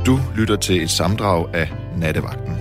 Du lytter til et sammendrag af Nattevagten.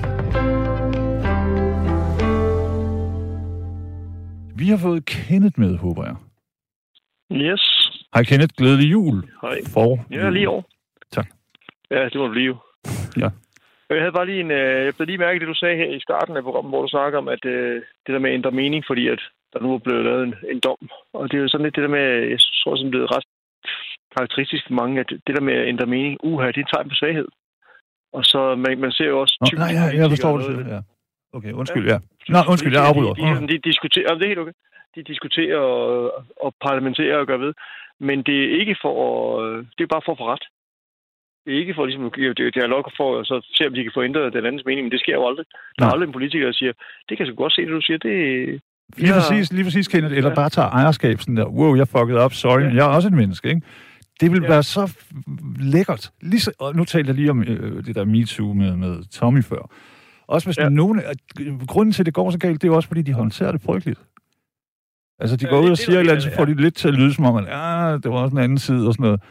Vi har fået Kenneth med, håber jeg. Yes. Hej Kenneth, glædelig jul. Hej. Ja, lige over. Tak. Ja, det må det blive. Ja. Jeg havde bare lige jeg blev lige mærket det, du sagde her i starten af programmet, hvor du snakker om, at det der med at ændre mening, fordi at der nu er blevet lavet en dom. Og det er jo sådan lidt det der med, jeg tror, det er blevet ret karakteristisk for mange, at det der med at ændre mening, det er et tegn på svaghed. Og så man ser jo også typisk... Nej, jeg forstår det. Ja. Okay, undskyld, ja. Undskyld, jeg afbryder. De diskuterer, det er helt okay. De diskuterer og parlamenterer og gør ved. Men det er ikke for det er bare for at få ret. Det er ikke for ligesom, det er nok for at så se, om de kan få ændret den andens mening, men det sker jo aldrig. Der er aldrig en politiker, der siger, det kan jeg sgu godt se, det du siger, det... Lige præcis, Kenneth, eller bare tager ejerskab sådan der, wow, jeg fuckede op, sorry, jeg er også et menneske, ikke? Det vil være så lækkert. Og nu talte jeg lige om det der MeToo med Tommy før. Også hvis nogen... Grunden til, at det går så galt, det er jo også, fordi de håndterer det frygteligt. Altså, de går ud og siger et eller andet, så får de lidt til at lyde som om, at det var også en anden side og sådan noget.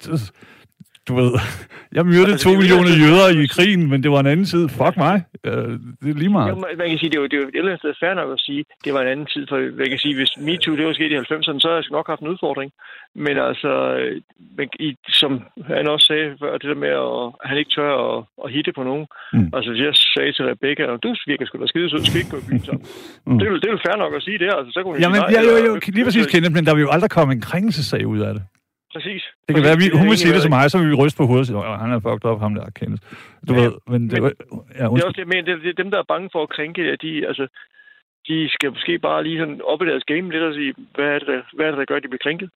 Du ved, jeg myrdede 2 millioner jøder i krigen, men det var en anden tid. Fuck mig. Det er lige meget. Jo, man kan sige, det er jo et eller andet sted fair nok at sige, det var en anden tid. For jeg kan sige, hvis MeToo det var sket i 90'erne, så har jeg nok haft en udfordring. Men altså, som han også sagde før, det der med, at han ikke tør at hitte på nogen. Altså, jeg sagde til Rebecca, du virker sgu da skide sød, skal ikke gå i byen sammen. Det er jo fair nok at sige det, altså. Så kunne jo, lige præcis, Kenneth, men der vil jo aldrig komme en krænkelsessag ud af det. Præcis. Det kan være, hun vil sige det til mig, så vil vi ryste på hovedet og sige, han er fucked up, ham der Kenneth. Du ved, men det er også det, men det er dem, der er bange for at krænke, de skal måske bare lige sådan op i deres game lidt og sige, hvad er det, der gør, at de bliver krænket?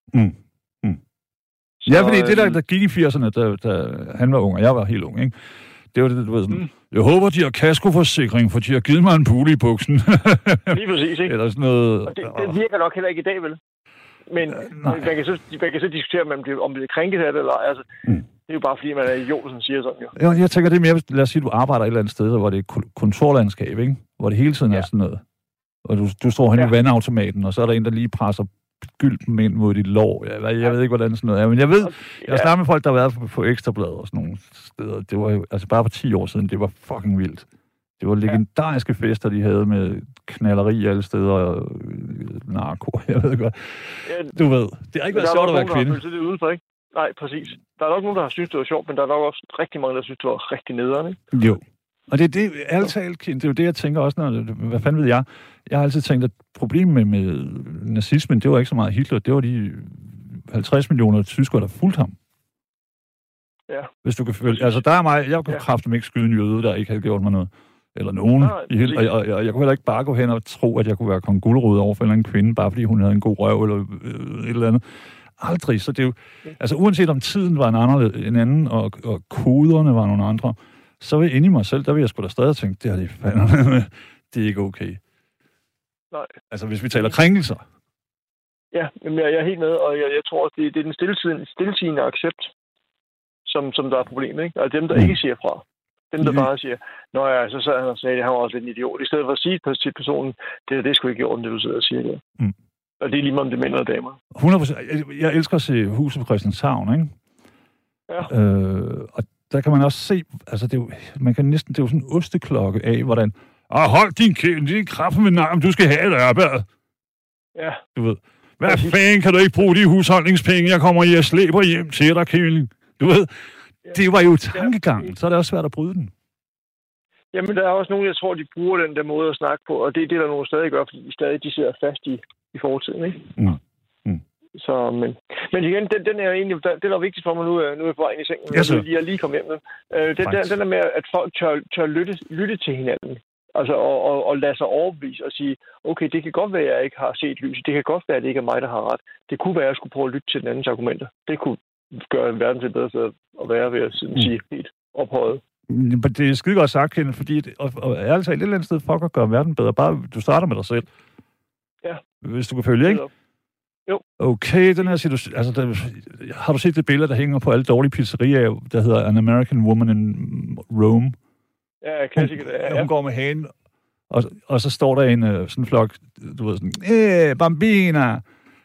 Ja, fordi det der gik i 80'erne, da han var ung, og jeg var helt ung, ikke? Det var det, du ved sådan, jeg håber, de har kaskoforsikring, for de har givet mig en pule i buksen. Lige præcis, ikke? Eller sådan noget. Og det virker nok heller ikke i dag, vel? Men man kan så diskutere, om det er krænket af det eller ej. Altså, det er jo bare, fordi man er idiot, som siger sådan, jo. Jeg tænker, det er mere, lad os sige, at du arbejder et eller andet sted, hvor det er kontorlandskab, ikke? Hvor det hele tiden er sådan noget. Og du står hen i vandautomaten, og så er der en, der lige presser gylden ind mod dit lår. Jeg ved ikke, hvordan sådan noget er, men jeg ved, jeg har snakket med folk, der har været på Ekstrabladet og sådan nogle steder. Det var jo, altså bare for 10 år siden, det var fucking vildt. Det var legendariske fester, de havde med knalleri alle steder og narko, jeg ved godt. Du ved, det har ikke været sjovt at være kvinde. Det udenfor, ikke? Nej, præcis. Der er nok nogen, der har syntes, det var sjovt, men der er nok også rigtig mange, der synes, det var rigtig nederen, ikke? Jo. Og det er det, ærligt talt, det er jo det, jeg tænker også, hvad fanden ved jeg? Jeg har altid tænkt, at problemet med nazismen, det var ikke så meget Hitler, det var de 50 millioner tyskere, der fulgte ham. Ja. Hvis du kan følge, altså der er mig, jeg kunne kraftigt ikke skyde en jøde, der ikke havde gjort mig noget. Eller nogen. Og jeg kunne heller ikke bare gå hen og tro, at jeg kunne være kong Gulerod over for en kvinde, bare fordi hun havde en god røv eller et eller andet. Aldrig. Så det er jo, altså uanset om tiden var en anden, og koderne var nogle andre, så vil jeg inde i mig selv, der vil jeg sgu da stadig tænke, det her det er ikke okay. Nej. Altså hvis vi taler krænkelser. Ja, jamen, jeg er helt med, og jeg tror også, det er den stiltiende accept, som der er problemet, ikke? Altså dem, der ikke siger fra. Dem, der bare siger, så sad han og sagde, at han var også lidt en idiot. I stedet for at sige til personen, det er sgu ikke i orden, det du sidder og siger der. Og det er lige meget om det mænd og damer. 100%. Jeg elsker at se Huset på Christianshavn, ikke? Ja. Og der kan man også se, altså det er jo, man kan næsten, det er jo sådan en osteklokke af, hvordan, hold din kraft med navn, du skal have et arbejde. Ja. Du ved, hvad fanden kan du ikke bruge de husholdningspenge, jeg kommer i og slæber hjem til dig, Kevin? Du ved, det var jo tankegangen, så er det også svært at bryde den. Jamen, der er også nogen, jeg tror, de bruger den der måde at snakke på, og det er det, der nogen stadig gør, fordi de sidder fast i fortiden, ikke? Så, men igen, den er egentlig, det er vigtigt for mig nu er jeg på vej ind i sengen, jeg er lige kommet hjem med. Den er med, at folk tør lytte til hinanden, altså og lade sig overbevise og sige, okay, det kan godt være, at jeg ikke har set lys, det kan godt være, at det ikke er mig, der har ret. Det kunne være, at jeg skulle prøve at lytte til den andens argumenter. Det kunne gøre en verden til bedre sted at være ved at sige helt ophøjet. Det er skide godt sagt, Kenneth, fordi og ærligt talt, et eller andet sted for at gøre verden bedre. Bare du starter med dig selv. Ja. Hvis du kan følge, ikke? Jo. Okay, den her situation... Altså, har du set det billede, der hænger på alle dårlige pizzerier, der hedder An American Woman in Rome? Ja, klassiker. Hun går med hagen, og så står der en sådan flok, du ved sådan, bambina!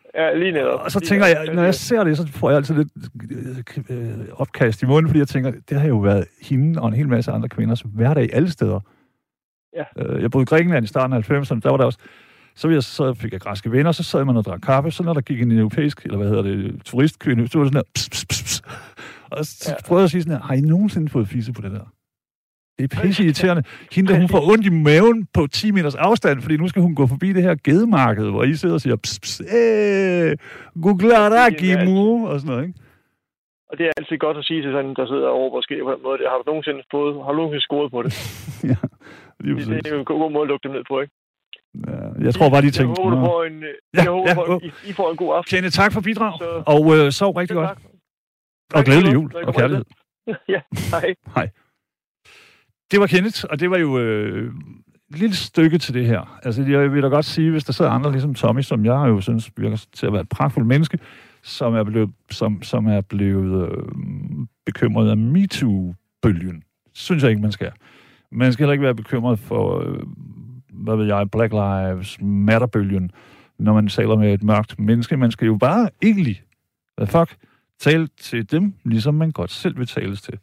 Ja, lige netop. Og så tænker jeg, når jeg ser det, så får jeg altid lidt opkast i munden, fordi jeg tænker, det har jo været hende og en hel masse andre kvinders hverdag alle steder. Ja. Jeg boede i Grækenland i starten af 90'erne, der var der også, så fik jeg græske venner, så sad man og drak kaffe, så når der gik en europæisk, eller hvad hedder det, turistkvinde, så var det sådan her, pss, pss, pss. Og så prøvede jeg at sige sådan her, har I nogensinde fået fisse på det der? Det er pisse irriterende. Hende, hun får ondt i maven på 10 meters afstand, fordi nu skal hun gå forbi det her gedemarked, hvor I sidder og siger, pss, pss, guglaraki mu, og sådan noget, ikke? Og det er altid godt at sige til sådan, der sidder over og sker på den måde. Har du nogensinde scoret på det? Ja, lige præcis. Det er jo en god måde at lukke dem ned på, ikke? Ja, jeg tror bare, de tænkte... Jeg håber, I får en god aften. Kenneth, tak for bidrag, og sov rigtig godt. Og glædelig jul og kærlighed. Ja, hej. Hej. Det var Kenneth, og det var jo et lille stykke til det her. Altså, jeg vil da godt sige, hvis der sidder andre ligesom Tommy, som jeg jo synes virker til at være et pragtfuldt menneske, som er blevet bekymret af MeToo-bølgen. Synes jeg ikke, man skal. Man skal heller ikke være bekymret for, hvad ved jeg, Black Lives Matter-bølgen, når man taler med et mørkt menneske. Man skal jo bare egentlig, tale til dem, ligesom man godt selv vil tales til.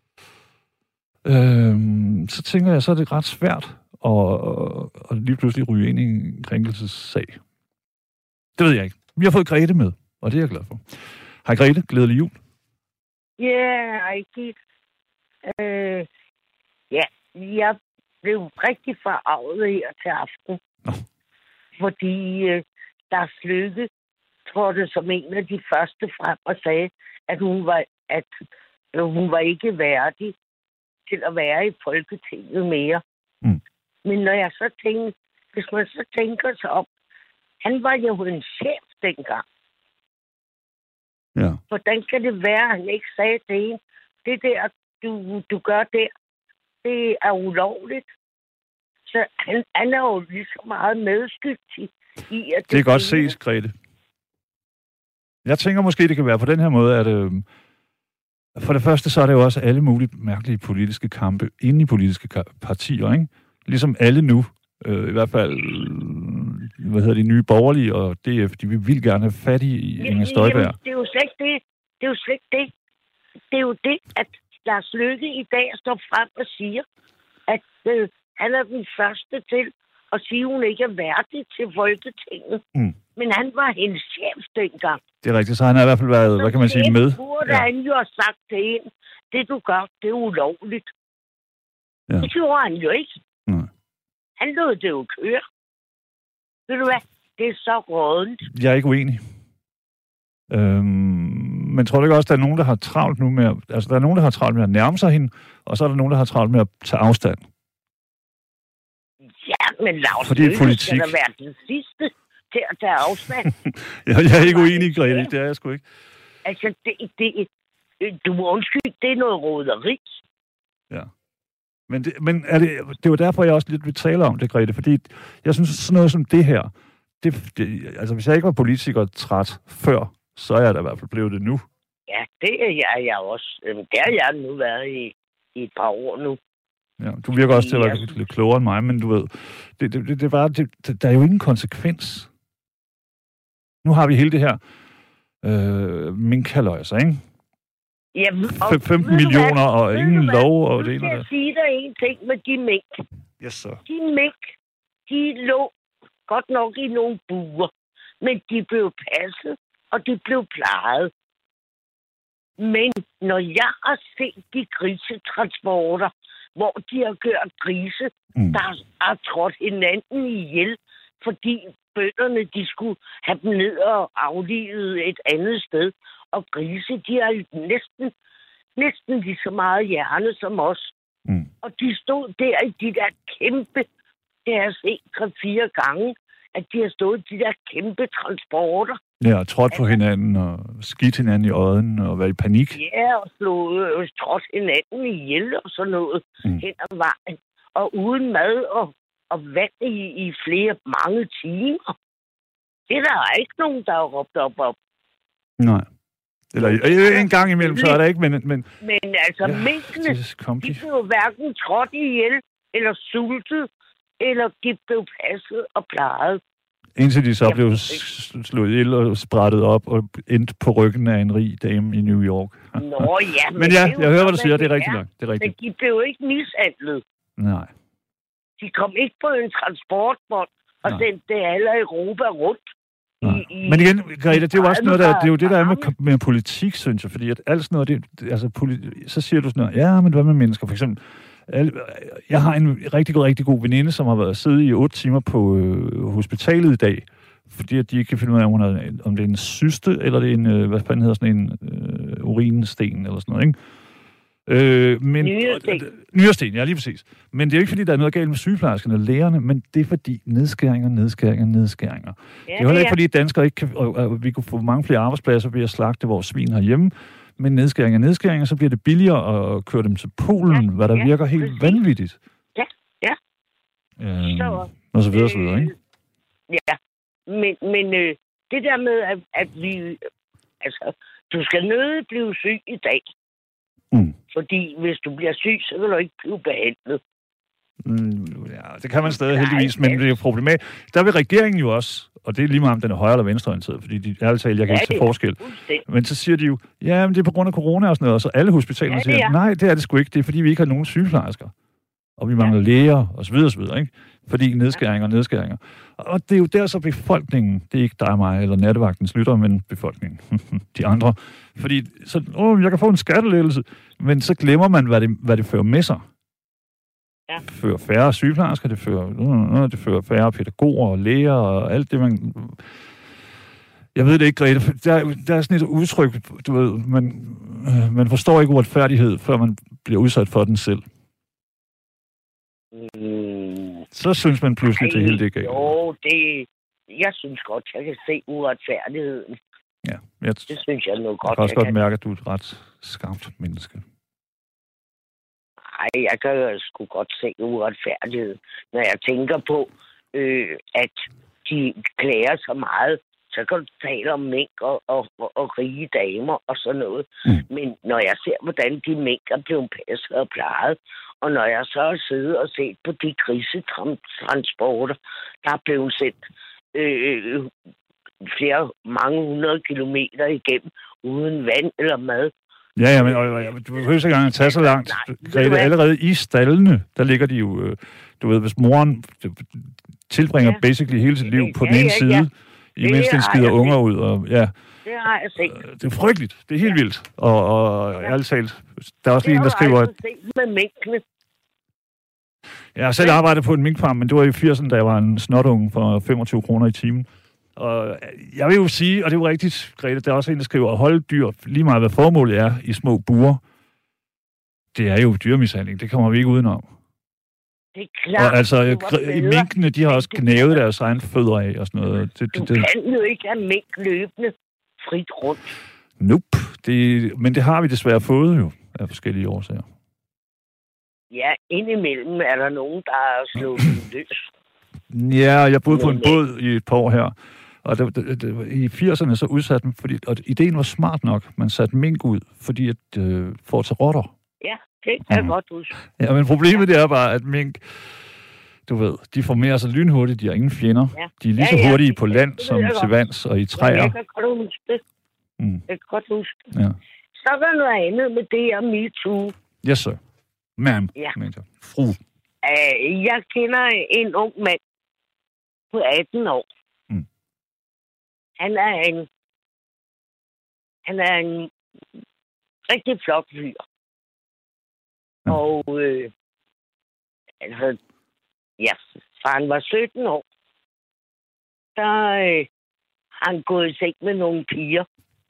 Så tænker jeg, så er det ret svært at lige pludselig ryge ind i en krænkelsessag. Det ved jeg ikke. Vi har fået Grete med, og det er jeg glad for. Hej Grete, glædelig jul. Hej Kit. Jeg blev rigtig forarvet her til aften. Fordi Lars Løkke trådte som en af de første frem og sagde, at hun var ikke værdig til at være i Folketinget mere. Men når jeg så tænker, hvis man så tænker sig om, han var jo en chef dengang. Ja. Hvordan kan det være, at han ikke sagde til hende, det der, du gør der, det er ulovligt. Så han er jo lige så meget medskyldig i, at det er godt ses, Grete. Jeg tænker måske, det kan være på den her måde, at for det første, så er det jo også alle mulige mærkelige politiske kampe inde i politiske partier, ikke? Ligesom alle nu, i hvert fald, Nye Borgerlige og DF, de vil gerne have fat i Inger Støjberg. Det er jo slet ikke det. Det er jo slet ikke det. Det er jo det, at Lars Løkke i dag står frem og siger, at han er den første til at sige, at hun ikke er værdig til Folketinget. Men han var hendes chef dengang. Det er rigtigt, så han har i hvert fald været, så hvad kan man sige, med. Så burde han jo have sagt til hende, det du gør, det er ulovligt. Ja. Det gjorde han jo ikke. Nej. Han lod det jo køre. Ved du hvad? Det er så rådent. Jeg er ikke uenig. Men tror du ikke også, der er nogen, der har travlt nu med der er nogen, der har travlt med at nærme sig hende, og så er der nogen, der har travlt med at tage afstand? Ja, men Lars Løkke skal da være den sidste til at tage afstand. Jeg er ikke uenig, Grete. Det er jeg sgu ikke. Altså, du må undskylde, det er noget roderi. Ja. Men er det er jo derfor, jeg også lidt vil tale om det, Grete, fordi jeg synes, sådan noget som det her, altså hvis jeg ikke var politiker træt før, så er jeg da i hvert fald blevet det nu. Ja, det er jeg også. Det har jeg nu været i et par år nu. Ja, du virker også til at være lidt klogere end mig, men du ved, det er bare, der er jo ingen konsekvens. Nu har vi hele det her minkhalløjser, ikke? Jamen, 15 millioner og ingen lov og det ene. Jeg sige dig en ting med de mink. Yes, sir. De mink, de lå godt nok i nogle buer, men de blev passet, og de blev plejet. Men når jeg har set de grisetransporter, hvor de har kørt grise, der har trådt hinanden ihjel, fordi bønderne, de skulle have dem ned og aflivet et andet sted. Og grise, de har næsten lige så meget hjerne som os. Og de stod der i de der kæmpe, det har jeg set 3-4 gange, at de har stået i de der kæmpe transporter. Ja, og trådt på hinanden og skidt hinanden i øjen og været i panik. Ja, og trådt hinanden ihjel og sådan noget hen ad vejen. Og uden mad og vand i mange timer. Det er der ikke nogen, der har råbt op. Nej. Eller en gang imellem, så er der ikke, men altså, minkene, de blev hverken trådt ihjel, eller sultet, eller de blev passet og plejet. Indtil de så blev slået ihjel og sprættet op og endte på ryggen af en rig dame i New York. Nå ja, men ja, jeg hører, hvad du siger. Det er rigtigt nok. Det er rigtigt. Men de blev jo ikke mishandlet. Nej. De kom ikke på en transportbånd og sendte alle Europa rundt. Men igen, Grete, det er jo også noget, det er jo det, der er med politik, synes jeg. Fordi at alt sådan noget, så siger du sådan noget, ja, men hvad med mennesker? For eksempel, jeg har en rigtig god veninde, som har været siddet i 8 timer på hospitalet i dag, fordi at de ikke kan finde ud af, om det er en cyste, eller det er en, hvad fanden hedder sådan en urinsten, eller sådan noget, ikke? Nyresten, ja, lige præcis. Men det er jo ikke, fordi der er noget galt med sygeplejerskerne og lægerne, men det er fordi nedskæringer. Ja, det er heller ikke, fordi danskere ikke kan, og vi kunne få mange flere arbejdspladser ved at slagte vores svin herhjemme, men nedskæringer, så bliver det billigere at køre dem til Polen, hvad der virker helt vanvittigt. Ja. Og så videre, ikke? Ja, men det der med, at vi... Altså, du skal nødig blive syg i dag. Fordi hvis du bliver syg, så vil du ikke blive behandlet. Ja, det kan man stadig heldigvis, men det er jo problematisk. Der vil regeringen jo også, og det er lige meget om den er højre- eller venstreorienteret, fordi de ærligt talt, jeg kan ikke se forskel. Men så siger de jo, ja, men det er på grund af corona og sådan noget, og så alle hospitalerne siger, nej, det er det sgu ikke, det er fordi vi ikke har nogen sygeplejersker. Og vi mangler læger, og så videre, ikke? Fordi nedskæringer. Og det er jo der så befolkningen, det er ikke dig og mig, eller nattevagtens lytter, men befolkningen, de andre. Fordi så, jeg kan få en skattelettelse, men så glemmer man, hvad det fører med sig. Ja. Det fører færre sygeplejersker, det fører færre pædagoger og læger, og alt det, man... Jeg ved det ikke, Grete. Der er sådan et udtryk, du ved, man forstår ikke uretfærdighed, før man bliver udsat for den selv. Så synes man pludselig, det hele det er galt. Jo, jeg synes godt, jeg kan se uretfærdigheden. Ja, det synes jeg nu godt, jeg kan også godt mærke, at du er et ret skarpt menneske. Nej, jeg kan sgu godt se uretfærdigheden, når jeg tænker på, at de klager så meget. Så kan du tale om mink og rige damer og sådan noget. Men når jeg ser, hvordan de mink er blevet passet og plejet, og når jeg så har siddet og set på de grisetransporter, der er blevet sendt mange 100 kilometer igennem uden vand eller mad. Ja, men du behøver ikke engang at tage så langt. Allerede i stallene, der ligger de jo, du ved, hvis moren tilbringer basically hele sit liv på den ene side, imens den skider unger ud, og det har jeg set. Det er frygteligt. Det er helt vildt. Og ærligt talt, der er også lige en, der skriver... med minkene. Jeg har selv arbejdet på en minkfarm, men det var i 80'erne, da jeg var en snotunge for 25 kroner i timen. Og jeg vil jo sige, og det er jo rigtigt, Grete, der er også en, der skriver, at holde dyr, lige meget hvad formålet er, i små buer, det er jo dyremishandling. Det kommer vi ikke udenom. Det er klart. Og altså, minkene, de har også gnævet deres egen fødder af og sådan noget. Du kan jo ikke have mink løbende frit rundt. Nope. Men det har vi desværre fået jo, af forskellige årsager. Ja, indimellem er der nogen, der er slået løs. Ja, jeg boede på en båd i et par år her, og i 80'erne så udsatte man, og ideen var smart nok, man satte mink ud, fordi at for at tage rotter. Ja, det kan jeg godt huske. Ja, men problemet det er bare, at mink, du ved, de formerer sig lynhurtigt, de har ingen fjender. Ja. De er lige så hurtige på land som til vands og i træer. Ja, jeg kan godt huske det. Jeg kan godt huske det. Ja. Så er der noget andet med det her MeToo. Yes, sir. Ma'am, fru. Jeg kender en ung mand på 18 år. Han er en rigtig flot fyr. Og fra han var 17 år, der har han gået i seng med nogle piger,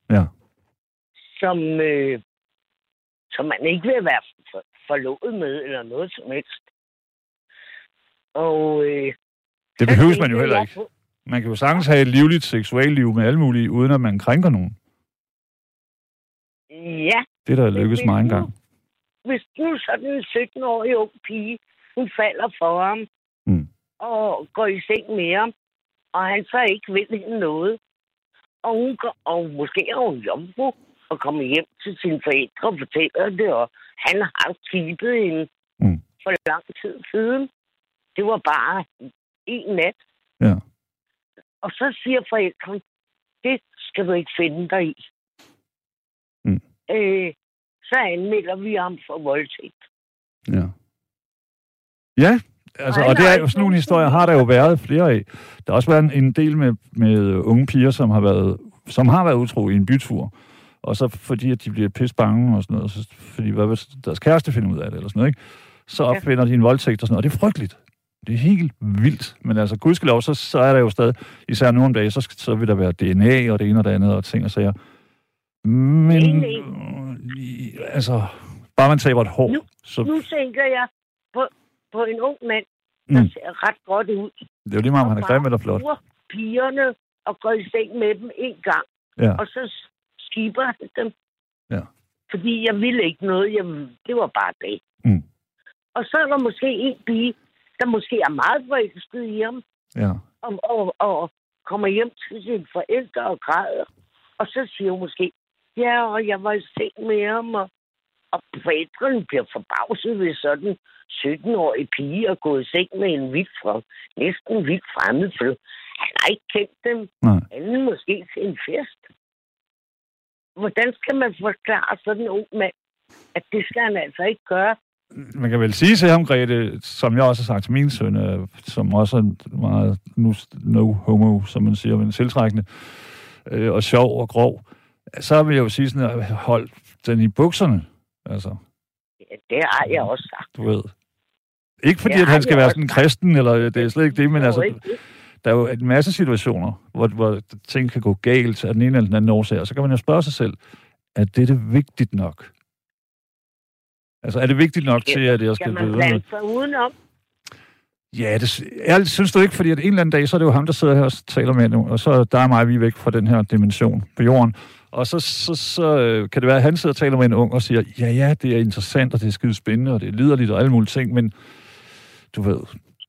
som man ikke vil være forlovet med, eller noget som helst. Og det behøves man jo heller ikke. Man kan jo sagtens have et livligt seksualliv med alle mulige, uden at man krænker nogen. Ja. Det der lykkes mig engang. Hvis nu sådan en 17-årig ung pige, hun falder for ham, og går i seng med ham, og han så ikke vil hende noget, og måske er hun jomfru, og kommer hjem til sine forældre og fortæller det, og han har skibet hende for lang tid siden. Det var bare en nat. Ja. Og så siger forældrene, det skal du ikke finde dig i. Så anmelder vi ham for voldtægt. Ja. Ja, altså, og det er jo sådan nogle historier, har der jo været flere af. Der har også været en del med unge piger, som har været utro i en bytur. Og så fordi, at de bliver pisse bange og sådan noget, så, fordi hvad hvis deres kæreste finder ud af det, eller sådan noget, ikke? Så opfinder de en voldtægt og sådan noget, og det er frygteligt. Det er helt vildt. Men altså, gudskelov, så er der jo stadig, især nu om dagen, så vil der være DNA og det ene og det andet, og ting og sager. Men, altså, bare man taber et hår. Nu tænker jeg på en ung mand, der ser ret godt ud. Det er jo lige meget, om han er grim eller flot. Og pigerne og går i seng med dem en gang. Ja. Og så skiber han dem. Ja. Fordi jeg ville ikke noget. Det var bare det. Og så er der måske en pige, der måske er meget forelsket i ham. Ja. Og kommer hjem til sine forældre og græder. Og så siger hun måske, ja, og jeg var i seng med ham, og forældrene bliver forbavset ved sådan 17-årig pige og gået i seng med en næsten vildt fremmed, for han har ikke kendt dem. Han måske til en fest. Hvordan skal man forklare sådan en ung mand, at det skal han altså ikke gøre? Man kan vel sige til ham, Grete, som jeg også har sagt til min søn, som også er meget no homo, som man siger, men tiltrækkende, og sjov og grov, så vil jeg jo sige sådan, at hold den i bukserne. Altså. Ja, det har jeg også sagt. Du ved. Ikke fordi, at han skal være sådan en kristen, eller det er slet ikke det, men altså, der er jo en masse situationer, hvor ting kan gå galt af den ene eller den anden årsag, og så kan man jo spørge sig selv, er det vigtigt nok? Altså, er det vigtigt nok til, at jeg skal vide? Skal man blande sig udenom? Ja, jeg synes du ikke, fordi at en eller anden dag, så er det jo ham, der sidder her og taler med nu, og så der er mig, vi er væk fra den her dimension på jorden. Og så kan det være, at han sidder og taler med en ung og siger, ja, det er interessant, og det er skide spændende, og det er liderligt og alle mulige ting, men du ved...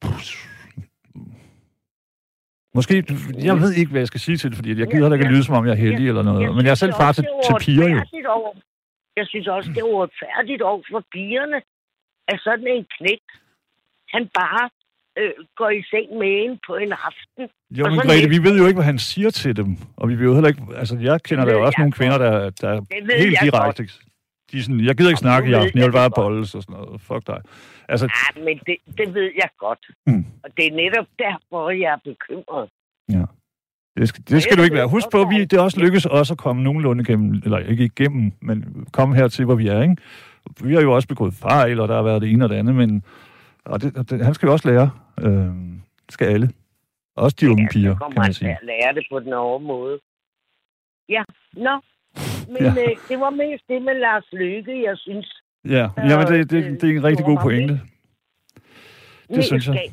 Måske, jeg ved ikke, hvad jeg skal sige til det, fordi jeg gider ikke at lyde, som om jeg er heldig eller noget, men jeg er selv far til piger jo. Jeg synes også, det er uretfærdigt over for pigerne, at sådan en knægt, han bare går i seng med en på en aften. Jo, men Grete, vi ved jo ikke, hvad han siger til dem. Og vi ved jo heller ikke... Altså, jeg kender der jo også nogle kvinder, der er helt direkte. De er sådan, jeg gider ikke snakke i aften, jeg vil bare bolles og sådan noget. Fuck dig. Altså, ja, men det ved jeg godt. Og det er netop derfor, jeg er bekymret. Ja. Det skal du ikke være. Husk på, det er også lykkes os at komme nogenlunde igennem, eller ikke igennem, men komme hertil, hvor vi er, ikke? Vi har jo også begået fejl, og der har været det ene og det andet, men han skal jo også lære. Skal alle. Også de unge piger, kan man sige. Ja, så lære det på den hårde måde. Ja, men det var mest det med Lars Løkke, jeg synes. Ja, men det er en rigtig god pointe. Det synes jeg.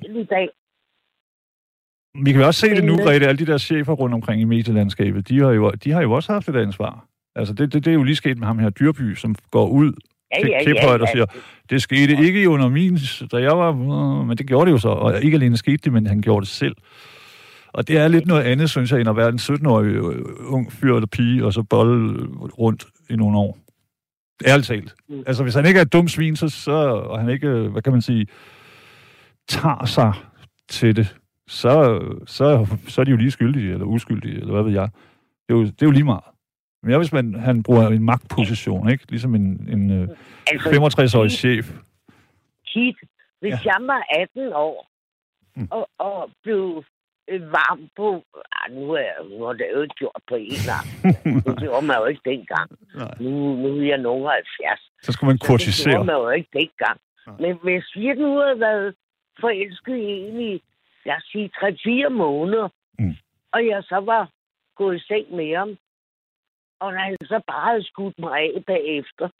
Vi kan jo også se det nu, Grete, alle de der chefer rundt omkring i medielandskabet, de har jo også haft et ansvar. Altså, det er jo lige sket med ham her Dyrby, som går ud til Kliphøjt og siger, det skete ikke under min, da jeg var... Men det gjorde det jo så, og ikke alene skete det, men han gjorde det selv. Og det er lidt noget andet, synes jeg, end at være en 17-årig ung fyr eller pige, og så bolle rundt i nogle år. Ærligt talt. Altså, hvis han ikke er et dumt svin, og han ikke, hvad kan man sige, tager sig til det, så er de jo lige skyldige, eller uskyldige, eller hvad ved jeg. Det er jo lige meget. Men hvis han bruger en magtposition, ikke? Ligesom en 65-årig chef. Keith, hvis jeg var 18 år, og blev varm på... Nu er det jo ikke gjort på en aften. Det gjorde man jo ikke dengang. Nu er jeg nogen 70. Så skal man kurtisere. Det gjorde man jo ikke dengang. Men hvis vi nu havde været forelsket i en i, lad os sige, 3-4 måneder, og jeg så var gået i seng med ham, og når han så bare havde skudt mig af bagefter,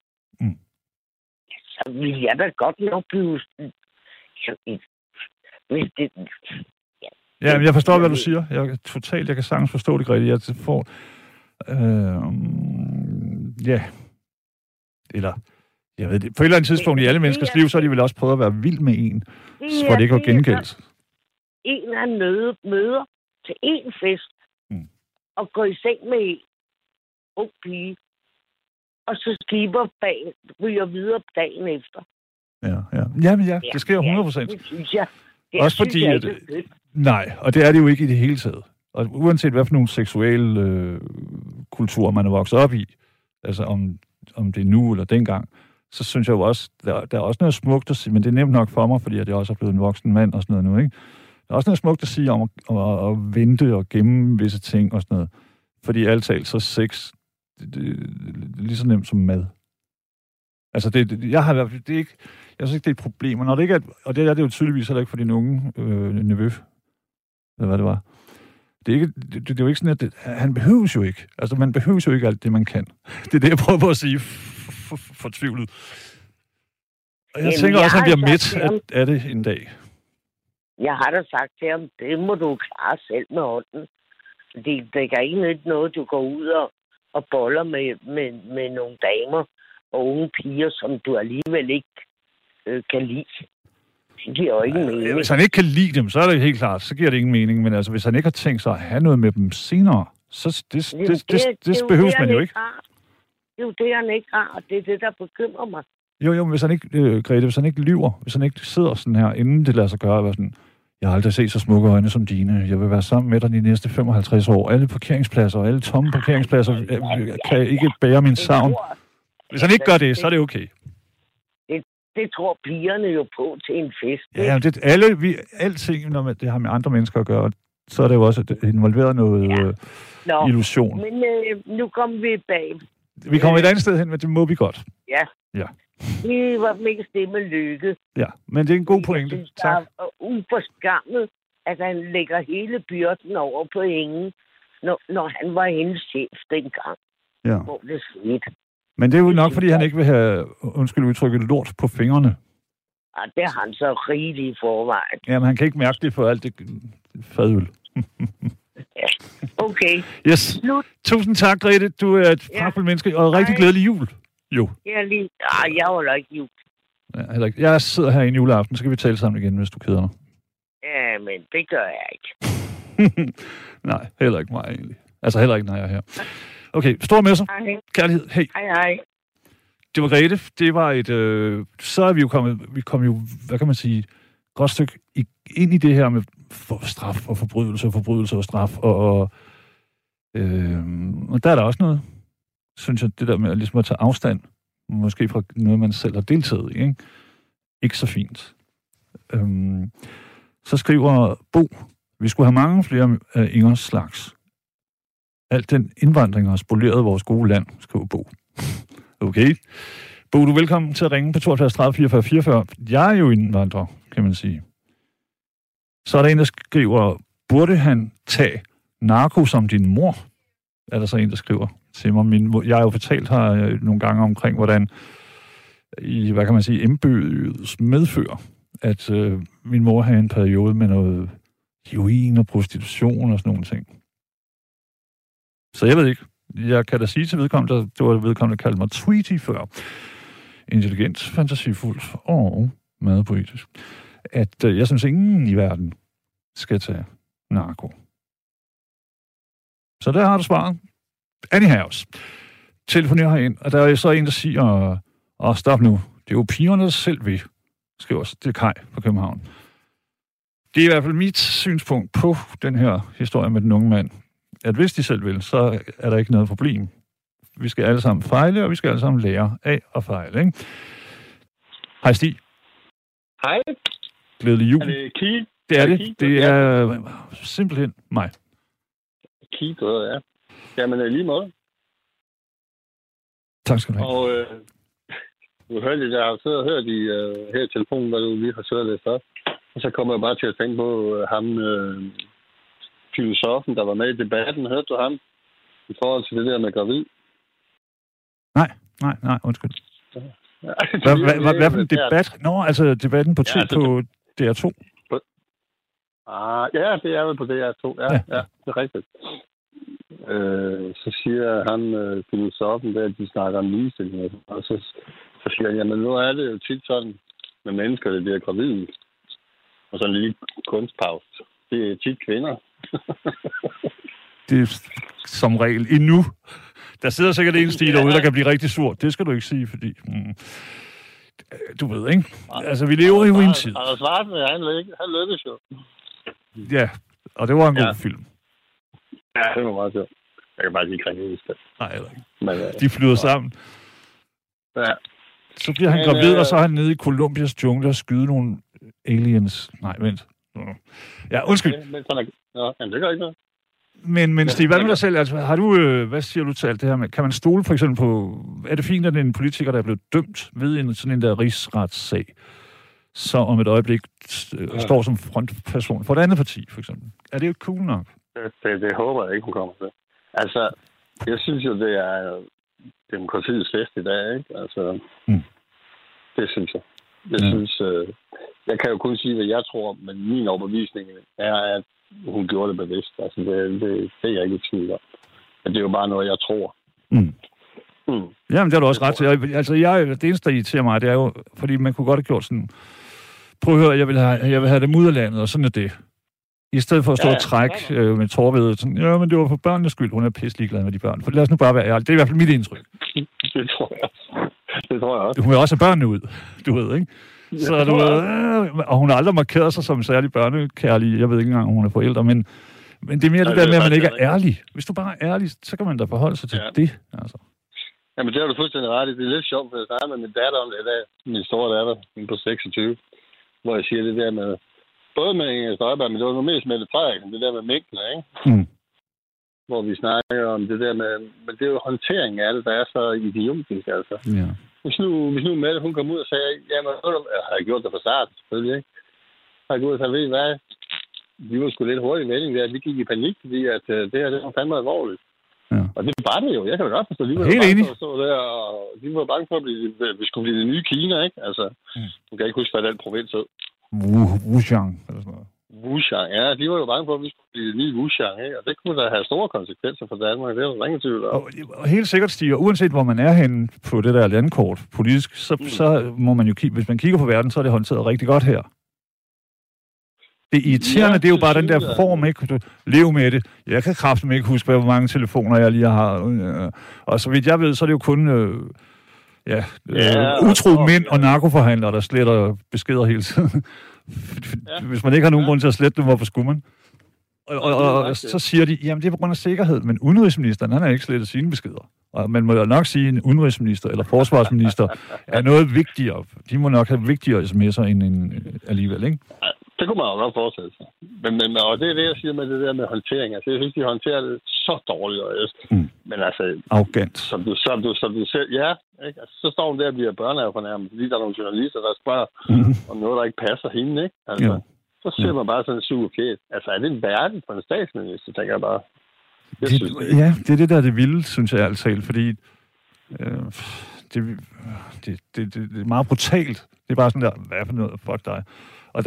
så ville jeg da godt nok blive... Hvis det... Ja, men jeg forstår, hvad du siger. Jeg kan sagtens forstå det, Grete. Jeg får... Eller... Jeg ved det. På et eller andet tidspunkt i alle menneskers liv, så har de vel også prøvet at være vild med en, for det ikke var gengældt. En af møder til en fest, og går i seng med en ung pige, og så ryger videre dagen efter. Ja, det sker 100%. Det synes jeg. Også fordi, nej, og det er det jo ikke i det hele taget. Og uanset hvad for nogle seksuelle kulturer, man er vokset op i, altså om det er nu eller dengang, så synes jeg jo også, der er også noget smukt at sige, men det er nemt nok for mig, fordi jeg også er blevet en voksen mand og sådan noget nu, ikke? Der er også noget smukt at sige om at vente og gemme visse ting og sådan noget. Fordi alt talt, så sex, det er lige så nemt som mad. Altså, jeg har i hvert fald, det er ikke, jeg synes ikke, det er et problem. Og når det ikke er, og det er det jo tydeligvis heller ikke for din unge nevø, eller hvad det var. Det er jo ikke sådan, at han behøves jo ikke. Altså, man behøves jo ikke alt det, man kan. Det er det, jeg prøver på at sige fortvivlet. Og jeg tænker også, at han bliver midt af det en dag. Jeg har da sagt til ham, det må du klare selv med hånden. Det kan ikke noget, du går ud og boller med nogle damer og unge piger, som du alligevel ikke kan lide. Det giver jo ikke mening. Hvis han ikke kan lide dem, så er det helt klart, så giver det ingen mening. Men altså, hvis han ikke har tænkt sig at have noget med dem senere, så det behøves man jo ikke. Det er jo det, han ikke har, og det er det, der bekymrer mig. Jo, men hvis han ikke, Grete, hvis han ikke lyver, hvis han ikke sidder sådan her, inden det lader sig gøre, og sådan, jeg har aldrig set så smukke øjne som dine. Jeg vil være sammen med dig de næste 55 år. Alle parkeringspladser, alle tomme parkeringspladser kan ikke bære min savn. Hvis han ikke gør det, så er det okay. Det tror pigerne jo på til en fest. Ja, alting, når det har med andre mennesker at gøre, så er det jo også involveret noget illusion. Men nu kommer vi bag. Vi kommer et andet sted hen, men det må vi godt. Ja. Det var mest det med Lykke. Ja, men det er en god pointe. Jeg synes, tak. Det er uforskammet, at han lægger hele byrden over på Inge, når han var hendes chef dengang. Ja. Hvor det skete. Men det er jo nok, fordi han ikke vil have, udtrykket, lort på fingrene. Ja, det har han så rigeligt i forvejen. Ja, men han kan ikke mærke det for alt det fadøl. Ja, okay. Yes. Slut. Tusind tak, Grete. Du er et pragtfuldt menneske, og rigtig glædelig jul. Jo. Jeg holder ikke jul. Ja, heller ikke. Jeg sidder her i juleaften, så kan vi tale sammen igen, hvis du keder dig. Ja, men det gør jeg ikke. Nej, heller ikke mig egentlig. Altså heller ikke, når jeg er her. Okay, stor messer. Kærlighed. Hej. Hej. Det var Grete. Det var et... så er vi kom jo, hvad kan man sige, godt stykke ind i det her med straf og forbrydelse og straf. Og der er der også noget, synes jeg, det der med ligesom at tage afstand, måske fra noget, man selv har deltaget i, ikke så fint. Så skriver Bo, vi skulle have mange flere af Ingers slags. Alt den indvandring har spoleret vores gode land, skriver Bo. Okay. Bo, du er velkommen til at ringe på 72 30 44 44. Jeg er jo indvandrer, kan man sige. Så er der en, der skriver, burde han tage narko som din mor? Er der så en, der skriver til mig. Jeg har jo fortalt her nogle gange omkring, hvordan i, hvad kan man sige, embødets medfører, at min mor havde en periode med noget heroin og prostitution og sådan nogle ting. Så jeg ved ikke. Jeg kan da sige til vedkommende, det var vedkommende, der kaldte mig Tweety før. Intelligent, fantasifuldt og meget poetisk. At jeg synes, ingen i verden skal tage narko. Så der har du svaret. Anyhows. Telefonerer herind, og der er så en, der siger, stop nu. Det er jo pigerne, der selv vil, skriver det er Kai fra København. Det er i hvert fald mit synspunkt på den her historie med den unge mand. At hvis de selv vil, så er der ikke noget problem. Vi skal alle sammen fejle, og vi skal alle sammen lære af at fejle, ikke? Hej Stig. Hej. Glædelig jul. Er det Key? Det er det. Det er simpelthen mig. Key, ja. Jamen, lige måde. Tak skal du have. Og du hørte det, jeg har siddet og hørt i her i telefonen, hvad du lige har siddet og læst op. Og så kommer jeg bare til at tænke på ham, filosofen, der var med i debatten. Hørte du ham? I forhold til det der med gravid? Nej, undskyld. Hvad for en debat? Nå, altså debatten på på DR2. Ja, det er vel på DR2. Ja, det er rigtigt. Så siger han, filosofen, der, at de snakker om ligestilling. Og så siger han, jamen nu er det jo tit sådan med mennesker, der bliver gravide. Og sådan en lille kunstpause. Det er tit kvinder. Det er som regel endnu. Der sidder sikkert en Stig derude, der kan blive rigtig sur. Det skal du ikke sige, fordi... du ved, ikke? Altså, vi lever jo i en tid. Anders Varden, han lykkedes jo. Ja, og det var en god film. Ja, det var meget sjovt. Jeg kan faktisk ikke rigtig huske det. Nej, heller ikke. Men, de flyder sammen. Ja. Så bliver han gravid, og så er han nede i Colombias jungle og skyder nogle aliens. Nej, vent. Ja, undskyld. Men det gør ikke noget. Men Stig, hvad med dig selv? Altså, har du, hvad siger du til alt det her med? Kan man stole for eksempel på... Er det fint, at en politiker, der er blevet dømt ved sådan en der rigsretssag, så om et øjeblik står som frontperson for et andet parti, for eksempel? Er det jo cool nok? Det håber jeg ikke, hun kommer til. Altså, jeg synes jo, det er demokratiets fest i dag, ikke? Altså, det synes jeg. Jeg synes... jeg kan jo kun sige, hvad jeg tror, men min overbevisning er, at hun gjorde det bevidst. Altså, det er jeg ikke i tvivl om. Men det er jo bare noget, jeg tror. Jamen, det har du også ret til. Det eneste, der irriterer mig, det er jo... Fordi man kunne godt have gjort sådan... Prøv at høre, jeg vil have det mudderlandet, og sådan er det. I stedet for at stå og trække med tårvedet, sådan, ja, men det var for børnenes skyld. Hun er pisselig glad med de børn. For lad os nu bare være ærlig. Det er i hvert fald mit indtryk. Det tror jeg også. Hun vil også have børnene ud, du ved, ikke? Så du ved, og hun har aldrig markeret sig som særlig børnekærlig. Jeg ved ikke engang, om hun er forældre, men det er mere det der med, at man ikke er ærlig. Hvis du bare er ærlig, så kan man da forholde sig til det. Altså. Jamen, det har du fuldstændig ret i. Det er lidt sjovt, for jeg snakker med min datter om det i dag. Min store datter, hun på 26. Hvor jeg siger det der med... Både med Inger Støjberg, men det var nu mest med det Frederiksen, det der med mængden, ikke? Hvor vi snakker om det der med... Men det er jo håndteringen af det, der er så idiotisk, altså. Ja. Hvis nu Mette, hun kom ud og sagde, jamen, jeg har gjort det fra starten, selvfølgelig, ikke? Jeg har gået og sagt, ved I hvad? Vi var sgu lidt hurtigt i vending der. Vi gik i panik, fordi at det her, det var fandme alvorligt. Ja. Og det var det jo. Jeg kan da godt forstå, de var bange for at stå der, og de var bange for, at vi skulle blive det nye Kina, ikke? Altså, du kan ikke huske, hvad den provins hed. Wuxiang, eller sådan noget. Wuxiang, ja. De var jo bange for, at vi skulle blive det nye Wuxiang, ikke? Og det kunne da have store konsekvenser for Danmark. Det er jo ingen tvivl om. Og helt sikkert, Stig, uanset hvor man er henne på det der landkort politisk, så må man jo kigge, hvis man kigger på verden, så er det håndteret rigtig godt her. Det irriterende, det er jo bare den der form, ikke? Du lever med det. Jeg kan kraftigt ikke huske, hvor mange telefoner jeg lige har. Og så vidt jeg ved, så er det jo kun utro mænd og narkoforhandlere, der sletter beskeder hele tiden. Hvis man ikke har nogen grund til at slette dem, hvorfor skulle man? Og så siger de, jamen det er på grund af sikkerhed, men udenrigsministeren, han har ikke slettet sine beskeder. Og man må jo nok sige, at en udenrigsminister eller forsvarsminister er noget vigtigere. De må nok have vigtigere sms'er end alligevel, ikke? Det kunne man jo godt forestille sig. Men og det er det, jeg siger med det der med håndtering. Altså, jeg synes, de håndterer det så dårligt, Men altså... Arrogant. Som du selv... Ja, ikke? Altså, så står hun der og bliver børnehavefornærmet, fordi der er nogle journalister, der spørger om noget, der ikke passer hende, ikke? Altså, så ser man bare sådan en sur kæt. Altså, er det en værdig for en statsminister, tænker jeg bare. Det er det der, det vilde, synes jeg altid, fordi det er meget brutalt. Det er bare sådan der, hvad for noget, fuck dig. Og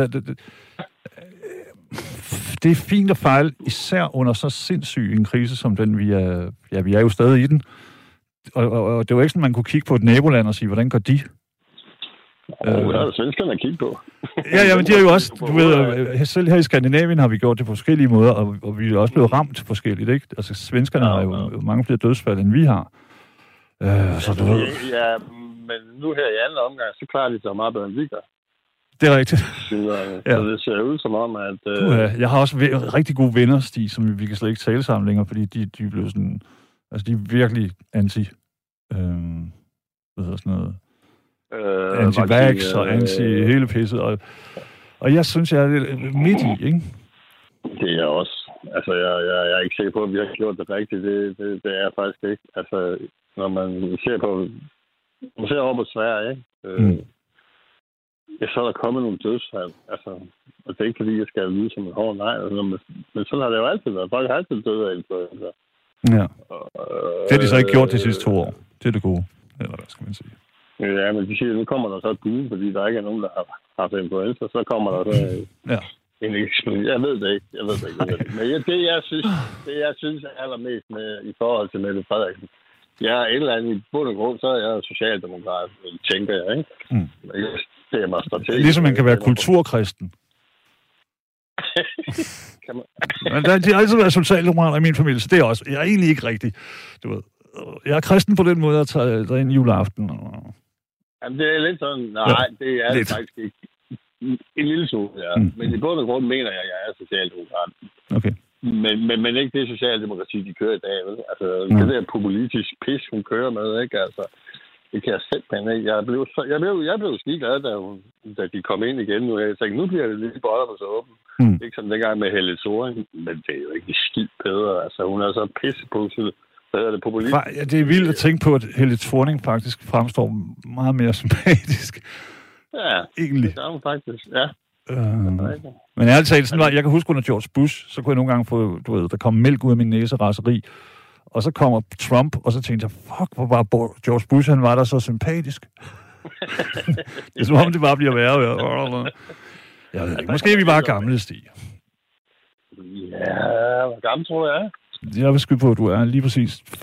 det er fint at fejle, især under så sindssyg en krise som den, vi er jo stadig i den. Og det var ikke sådan, man kunne kigge på et naboland og sige, hvordan går de? Der er svenskerne at kigge på. Ja, men de er jo også, du ved, selv her i Skandinavien har vi gjort det på forskellige måder, og vi er også blevet ramt forskelligt, ikke? Altså, svenskerne har jo mange flere dødsfald, end vi har. Så du ved... Ja, men nu her i anden omgang, så klarer de sig meget bedre, end vi gør. Det er rigtigt. Så det ser ud som om, at... Jeg har også rigtig gode venner, Stig, som vi kan slet ikke tale sammen længere, fordi de blev sådan... Altså, de er virkelig anti... hvad hedder sådan noget... anti-vax og anti-hele pisset. Og jeg synes, jeg er lidt midt i, ikke? Det er jeg også. Altså, jeg er ikke sikker på, at vi har gjort det rigtigt. Det er jeg faktisk ikke. Altså, når man ser på... Man ser over på Sverige, ikke? Ja, så er der kommet nogle dødsfald. Altså, og det er ikke, fordi jeg skal lyde som en hård nej. Altså, men sådan har det jo altid været. Folk har altid døde af influenza. Ja. Det har de så ikke gjort de sidste 2 år. Det er det gode. Eller hvad skal man sige? Ja, men de siger, at nu kommer der så et bud, fordi der ikke er nogen, der har haft influenza. Så kommer der så en eksplosion. Jeg ved det ikke. Men det, jeg synes er allermest med, i forhold til Mette Frederiksen, jeg er et eller andet i bund og grund, så er jeg socialdemokrat, tænker jeg, ikke? Det er meget strategisk. Ligesom man kan være kulturkristen. Men de har altid været socialdemokrater i min familie, så det er også... Jeg er egentlig ikke rigtig, du ved... Jeg er kristen på den måde, at tage ind juleaften. Jamen, det er lidt sådan... Nej, det er det faktisk ikke. En lille smule, ja. Men i bund og grund mener jeg er socialdemokrat. Okay. Men ikke det socialdemokrati, de kører i dag. Vel? Altså, det der populistisk pis, hun kører med, ikke? Altså, det kan jeg simpelthen ikke. Jeg blev skiglad, da de kom ind igen nu. Jeg tænkte, nu bliver det lige boller på såben. Ikke som dengang med Helle Thorning, men det er jo ikke skidt bedre. Altså, hun er så pissepusset. Det populistisk. Ja, det er vildt at tænke på, at Helle Thorning faktisk fremstår meget mere sympatisk. Ja, egentlig. Det gør hun faktisk, ja. Men ærligt talt, sådan var, jeg kan huske under George Bush, så kunne jeg nogle gange få, der kom mælk ud af min næse, raseri. Og så kommer Trump, og så tænkte jeg, fuck, hvor var George Bush, han var der så sympatisk. Det er som om, det bare bliver værre. Jeg ved ikke, måske er vi bare gamle, Stig. Ja, hvor gammel tror jeg er? Jeg vil skyde på, at du er lige præcis 44,5.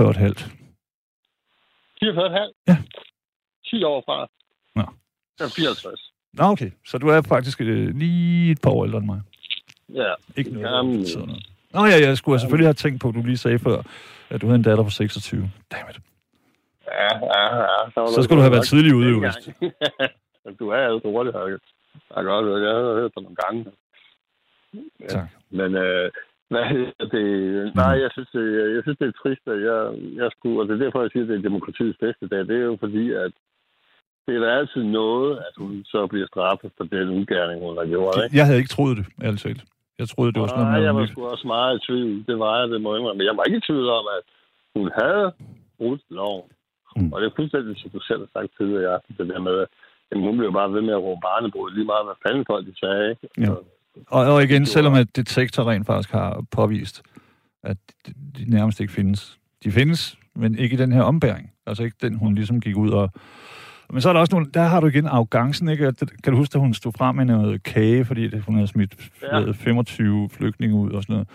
44,5? Ja. 10 år fra. Nå. Jeg er 54. Nå, okay. Så du er faktisk lige et par år ældre end mig. Ja. Ikke noget. Nå ja, jeg skulle selvfølgelig have tænkt på, at du lige sagde før, at du havde en datter på 26. Dammit. Ja. Så skulle du have været tidlig ude, jo. Du er altså hurtigt, har jeg godt hørt. Jeg har hørt det nogle gange. Ja. Tak. Men hvad hedder det? Nej, jeg synes, det er trist, at jeg skulle... Og det er derfor, jeg siger, at det er demokratiets bedste dag. Det er jo fordi, at det er da altid noget, at hun så bliver straffet for den udgerning, hun har gjort, ikke? Jeg havde ikke troet det, ærligt talt. Jeg troede, det var sådan noget... Nej, jeg var sgu også meget i tvivl. Det var jeg, det må jeg indrømme. Men jeg var ikke i tvivl om, at hun havde brudt loven. Og det er fuldstændig, som du selv har sagt tidligere, det der med, at hun blev bare ved med at råbe barnebrud, lige meget, hvad fanden folk de sagde, ikke? Ja. Og igen, selvom at detektor rent faktisk har påvist, at de nærmest ikke findes. De findes, men ikke i den her ombæring. Altså ikke den, hun ligesom gik ud og... Men så er der også nogle... Der har du igen arrogancen, ikke? Kan du huske, at hun stod frem med noget kage, fordi hun havde smidt 25 flygtninge ud og sådan noget?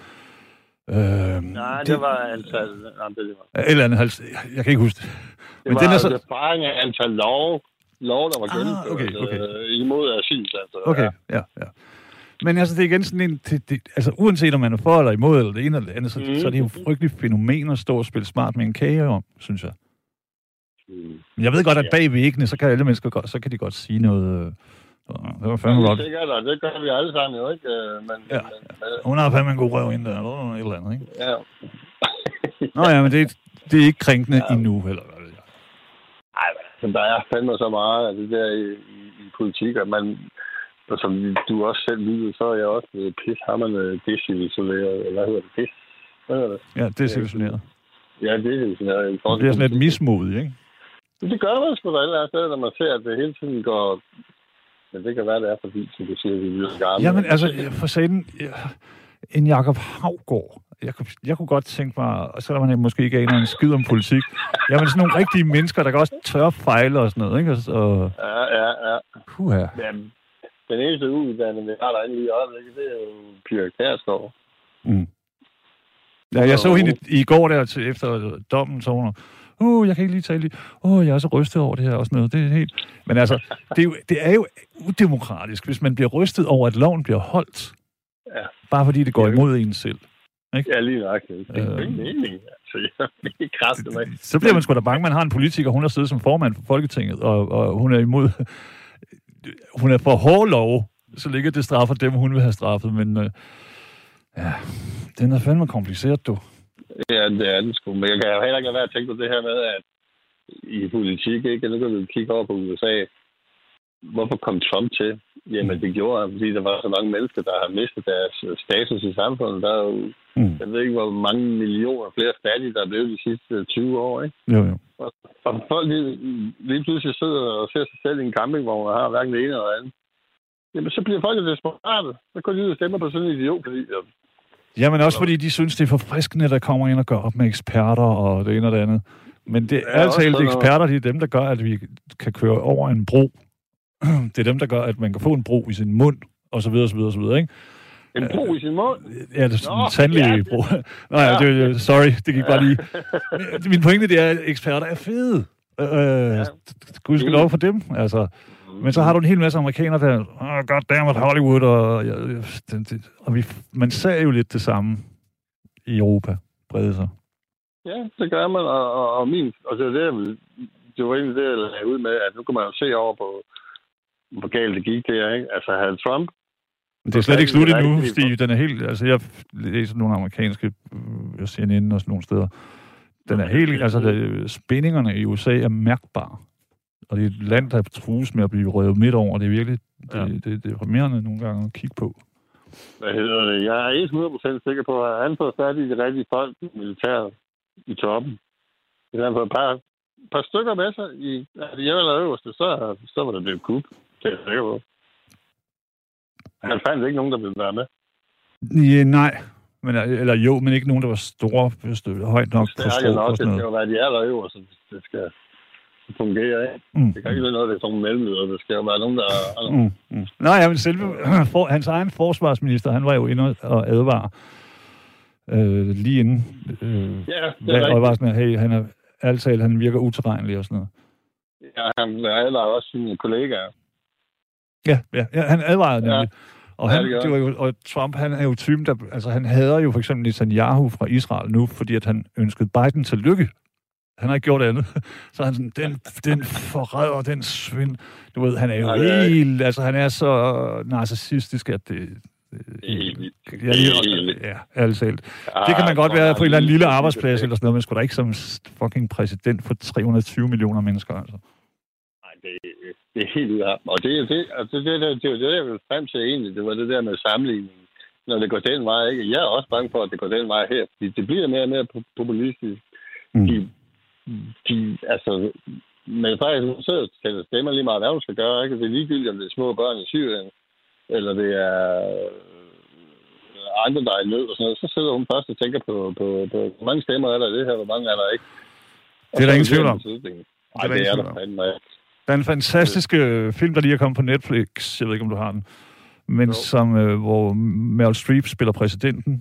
Nej, det var antal... Eller andet, jeg kan ikke huske det. Men den er så... erfaring af antal lov, der var gennemført okay. Imod asyl. Altså. Okay, ja. Men altså, det er igen sådan en... altså, uanset om man er for eller imod, eller det ene eller det andet, så er det jo frygteligt fænomen at stå og spille smart med en kage om, synes jeg. Men jeg ved godt, at bag væggene, så kan alle mennesker godt, så kan de godt sige noget... det var fandme godt. Det gør vi alle sammen jo, ikke? Men hun har fandme en god røv ind der, eller et eller andet, ikke? Ja. Nå ja, men det er ikke krænkende endnu, heller. Nej, men der er fandme så meget af det der i politik, at man... Og som du også selv lyder, så er jeg også pishammerne desillusioneret. Eller hvad hedder det? Hvad hedder det? Ja, desillusioneret. Ja, desillusioneret. Det bliver sådan lidt mismodigt, ikke? Det gør man sgu da et eller andet sted, når man ser, at det hele tiden går... Men det kan være, det er fordi, som du siger, vi bliver gamle. Jamen, altså, for sagen, en Jakob Haugaard. Jeg kunne godt tænke mig, selvom man måske ikke aner en skid om politik, jamen sådan nogle rigtige mennesker, der kan også tør fejle og sådan noget, ikke? Og... Ja. Puha. Jamen, den eneste uddannelse, vi har derinde lige i øjeblikket, det er jo Pia Kjærsgaard. Ja, jeg så hende i går der efter dommen, så hun jeg kan ikke lige tale lige. Jeg er så rystet over det her og sådan noget. Det er helt... Men altså, det er jo udemokratisk, hvis man bliver rystet over, at loven bliver holdt. Ja. Bare fordi det går imod en selv. Ikke? Ja, lige nok. Det er ikke mening. Altså, så bliver man sgu da bange. Man har en politiker, hun har siddet som formand for Folketinget, og hun er imod... Hun er for hård lov, så ligger det straffer dem, hun vil have straffet. Men den er fandme kompliceret, du. Ja, det er den sgu. Men jeg kan jo heller ikke lade være at tænke på det her med, at i politik, ikke? Nu kan vi kigge over på USA. Hvorfor kom Trump til? Jamen, det gjorde han, fordi der var så mange mennesker, der har mistet deres status i samfundet. Der er jo, jeg ved ikke, hvor mange millioner flere fattige, der er blevet de sidste 20 år, ikke? Jo. Og folk lige pludselig sidder og ser sig selv i en campingvogn og har hverken det ene eller andet. Jamen, så bliver folk desperate. Så går de ud og stemmer på sådan en idiot, fordi... Jamen også fordi de synes, det er forfriskende, der kommer ind og gør op med eksperter og det ene og det andet. Men det er altid eksperter, det er dem, der gør, at vi kan køre over en bro. Det er dem, der gør, at man kan få en bro i sin mund, og så videre, ikke? En bro i sin mund? Ja, det er sådan en tandlig bro. Nå ja, sorry, det gik bare lige. Min pointe, det er, at eksperter er fede. Gud skal lov for dem, altså. Men så har du en hel masse amerikanere, der... goddammit Hollywood, og man ser jo lidt det samme i Europa brede sig. Ja, det gør man, og det var egentlig det, jeg lagde ud med, at nu kan man jo se over på, hvor galt det gik der, ikke? Altså, havde Trump Det er slet ikke slut endnu, Stig. Den er helt... Altså, jeg læser nogle amerikanske CNN og sådan nogle steder. Den er helt... Altså, spændingerne i USA er mærkbare. Og det er et land, der trues med at blive røvet midt over. Det er virkelig... Det er deprimerende nogle gange at kigge på. Hvad hedder det? Jeg er 100% sikker på, at han får fat i de rigtige folk i militæret i toppen. Hvis han får et par stykker med sig i det eller øverste, så var det blevet kup. Det er jeg sikker på. Han fandt ikke nogen, der ville være med. Ja, nej. Men ikke nogen, der var store, højt nok på strå. Det skal jo være de allerøverste, det skal fungere, ikke? Det kan ikke være noget, der er sådan mellemleder. Det skal jo være nogen, der... Nej, men hans egen forsvarsminister, han var jo inde og advare lige inden. Og var sådan, hey, han virker utilregnelig og sådan noget. Ja, han advarer også sine kollegaer. Ja, han advarede nemlig. Og Trump, han er jo typen, der... Altså, han hader jo for eksempel Netanyahu fra Israel nu, fordi at han ønskede Biden til lykke. Han har ikke gjort andet. Så han sådan, den forræder, den svind... Du ved, han er jo helt... Altså, han er så narcissistisk, at det... Ja, ærligt talt. Det kan man godt være på en eller anden lille arbejdsplads eller sådan noget, men sgu da ikke som fucking præsident for 320 millioner mennesker, altså. Det er helt ude. Og det er det, jeg vil frem til egentlig. Det var det der med sammenligning. Når det går den vej, ikke? Jeg er også bange for, at det går den vej her. Fordi det bliver mere og mere populistisk. Altså, men faktisk så tæller stemmer lige meget, hvad du skal gøre, ikke? Det er ligegyldigt, om det er små børn i Syrien, eller det er andre, der er i nød og sådan noget. Så sidder hun først og tænker på hvor mange stemmer er der i det her, hvor mange er der ikke. Og det er der ingen tvivl om. Nej, det er der fandme ikke. Der er en fantastisk film, der lige er kommet på Netflix. Jeg ved ikke, om du har den. Men hvor Meryl Streep spiller præsidenten.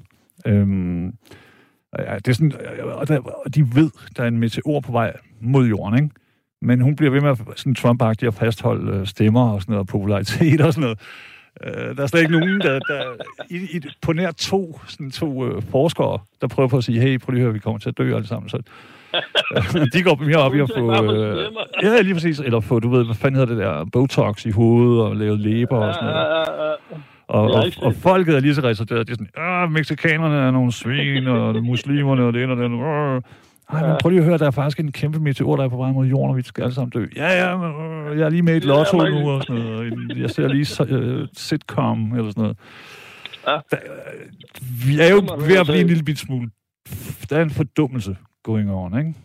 Det er sådan, og de ved, der er en meteor på vej mod jorden, ikke? Men hun bliver ved med sådan Trump-agtig at fastholde stemmer og sådan noget, popularitet og sådan noget. Der er slet ikke nogen, der på nær to forskere, der prøver på at sige, hey, prøv lige at høre, vi kommer til at dø alle sammen. Så de går mere op i at få... ja, lige præcis. Eller få, du ved, hvad fanden hedder det der, Botox i hovedet og lave læber og sådan noget. Og folket er lige så reserveret. Det er sådan, mexikanerne er nogle svin, og muslimerne og det ene og det andet. Ej, men prøv lige at høre, der er faktisk en kæmpe meteor, der er på vej mod jorden, og vi skal alle sammen dø. Ja, men jeg er lige med i et lotto nu og sådan noget. Jeg ser lige sitcom eller sådan noget. Vi er jo ved at blive en lille bit smule... Der er en fordummelse going on, ikke?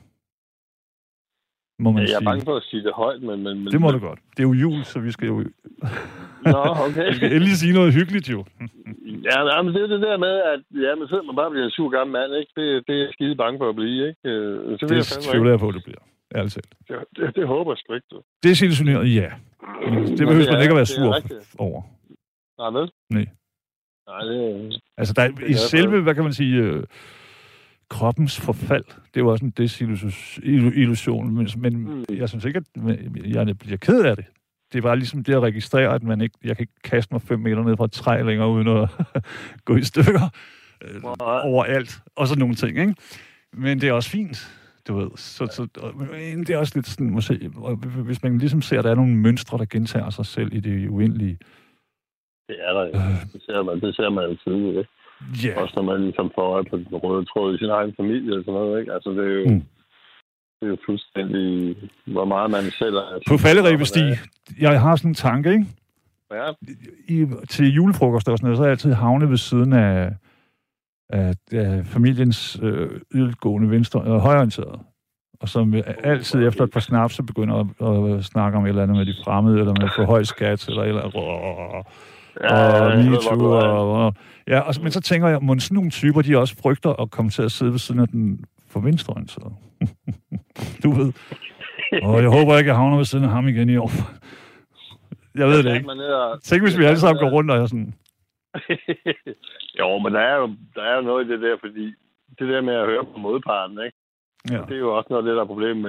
Må man sige. Jeg er bange for at sige det højt, men... Det må du godt. Det er jo jul, så vi skal jo... Nå, okay. Vi skal endelig sige noget hyggeligt, jo. Ja, men det er det der med, at man sidder man bare bliver en sur gammel mand, ikke? Det er skide bange for at blive, ikke? Så det tvivler jeg på, at det bliver. Ærligt talt. Det håber jeg sgu ikke, du. Det er sillusioneret, ja. Det behøver man ikke at være sur over. Nej, vel? Nej. Nej, det... Altså, der er i selve, hvad kan man sige... kroppens forfald, det er jo også en desillusion, men jeg synes ikke, at jeg bliver ked af det. Det er bare ligesom det at registrere, at jeg kan ikke kaste mig 5 meter ned fra et træ længere, uden at gå i stykker overalt, og sådan nogle ting, ikke? Men det er også fint, du ved. Det er også lidt sådan, hvis man ligesom ser, at der er nogle mønstre, der gentager sig selv i det uendelige. Det er der jo. Det ser man jo tydeligt, ikke? Yeah. Også når man ligesom får øje på den røde tråd i sin egen familie og sådan noget, ikke? Altså, det er jo fuldstændig, hvor meget man selv er... På falderæbe, Stig, jeg har sådan en tanke, ikke? Ja. Til julefrokost og sådan noget, så er jeg altid havnet ved siden af familiens yderligtgående højreorienterede. Og som altid efter et par snaps, så begynder at snakke om et eller andet med de fremmede, eller med for høj skat, eller et eller andet... og MeToo, men så tænker jeg, må sådan nogle typer, de også frygter at komme til at sidde ved siden af den for venstreorienterede. Du ved. Og jeg håber ikke, at jeg havner ved siden af ham igen i år. Jeg ved det ikke. Tænk, hvis vi alle sammen går rundt og er sådan... Jo, men der er jo noget i det der, fordi det der med at høre på modparten, ikke? Ja. Det er jo også noget af det, der er problemet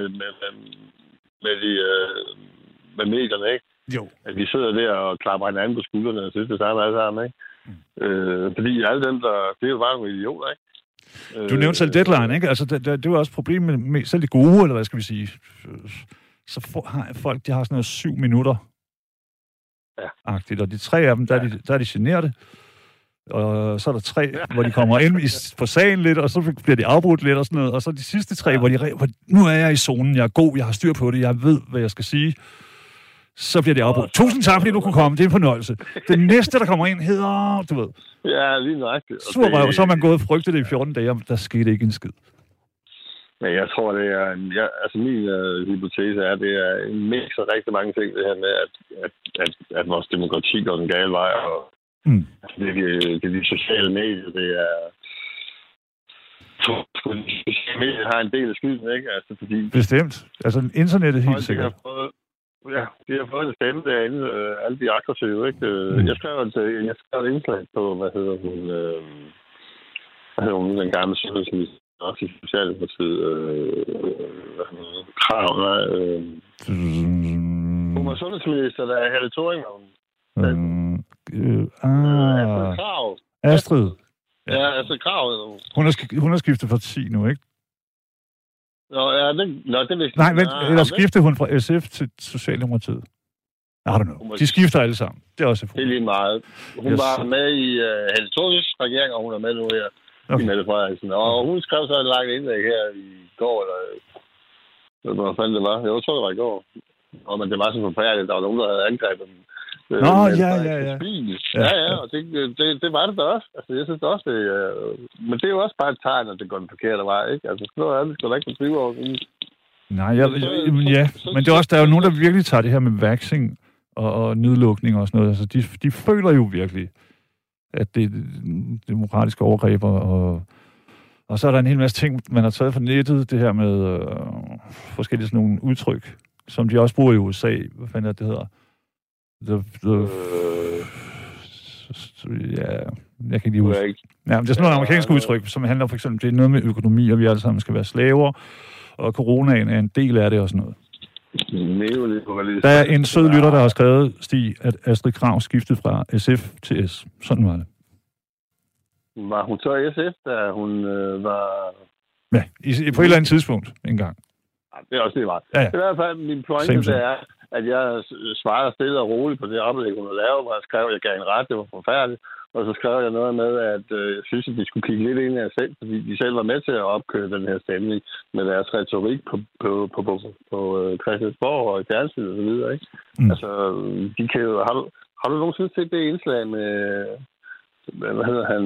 med medierne, ikke? Jo. At vi sidder der og klapper hinanden på skuldrene og synes det samme alle sammen, ikke? Fordi alle dem, det er jo bare nogle idioter, ikke? Du nævnte selv deadline, ikke? Altså, det er jo også problemet med selv de gode, eller hvad skal vi sige. Så har folk, de har sådan noget 7 minutter agtigt. Og de 3 af dem, der er de generte. Og så er der 3, hvor de kommer ind på sagen lidt, og så bliver de afbrudt lidt og sådan noget. Og så de sidste 3, hvor nu er jeg i zonen, jeg er god, jeg har styr på det, jeg ved, hvad jeg skal sige. Så bliver det afbrudt. 1000 tak, fordi du kunne komme. Det er en fornøjelse. Den næste, der kommer ind, hedder, du ved. Ja, lige nøjagtigt. Surrøv, så har man gået og frygtet det i 14 dage, og der skete ikke en skid. Men jeg tror, det er... min hypotese er, det er en mix af rigtig mange ting, det her med, at vores demokrati går den gale vej, og det er de sociale medier, det er... De sociale medier har en del af skylden, ikke? Altså, fordi... Bestemt. Altså, internettet helt sikkert. De har fået en stemme derinde, alle de aggressive, ikke? Jeg skrev et indslag på, hvad hedder hun, den gamle sundhedsminister, også i Socialdemokratiet, Krav, hun var sundhedsminister, der er Helle Thorning. Astrid Krav. Astrid. Ja, Astrid Krav. Hun har skiftet parti nu, ikke? Det vil nej, men eller skiftede hun fra SF til Socialdemokratiet? I don't know. De skifter alle sammen. Det er også det er lige meget. Hun var med i Helle Thornings regering, og hun er med nu her i Mette Frederiksen. Og hun skrev så et langt indlæg her i går, eller hvad fanden det var. Jeg tror, det var i går. Men det var så forfærdeligt. Der var nogen, der havde angrebet dem. Ja, og det var det da også. Altså, jeg synes også, men det er jo også bare et tegn, at det går den forkerte vej, ikke? Altså, sådan noget andet skal der ikke blive over. Nej, men det er også, der er jo nogen, der virkelig tager det her med vaccing og nedlukning og sådan noget. Altså, de føler jo virkelig, at det er demokratiske overgreb, og så er der en hel masse ting, man har taget fra nettet, det her med forskellige sådan nogle udtryk, som de også bruger i USA. Hvad fanden er det hedder? Jeg kan ikke lige huske. Ja, men det er sådan nogle amerikanske udtryk, som handler for eksempel, det er noget med økonomi, og vi alle sammen skal være slaver, og coronaen er en del af det og sådan noget. Der er en sød lytter, der har skrevet, Stig, at Astrid Krag skiftede fra SF til S. Sådan var det. Var hun så SF, da hun var... Ja, på et eller andet tidspunkt engang. Det er også det, var. Ja. I hvert fald, min pointe er, at jeg svarede stille og roligt på det oplæg, hun havde lavet, hvor jeg skrev, at jeg gav en ret, det var forfærdeligt. Og så skrev jeg noget med, at jeg synes, at de skulle kigge lidt ind af selv, fordi de selv var med til at opkøre den her stemning med deres retorik på Christiansborg og i fjernsynet og så videre, ikke? Altså, de kan jo... Har du nogensinde set det indslag med... Hvad hedder han?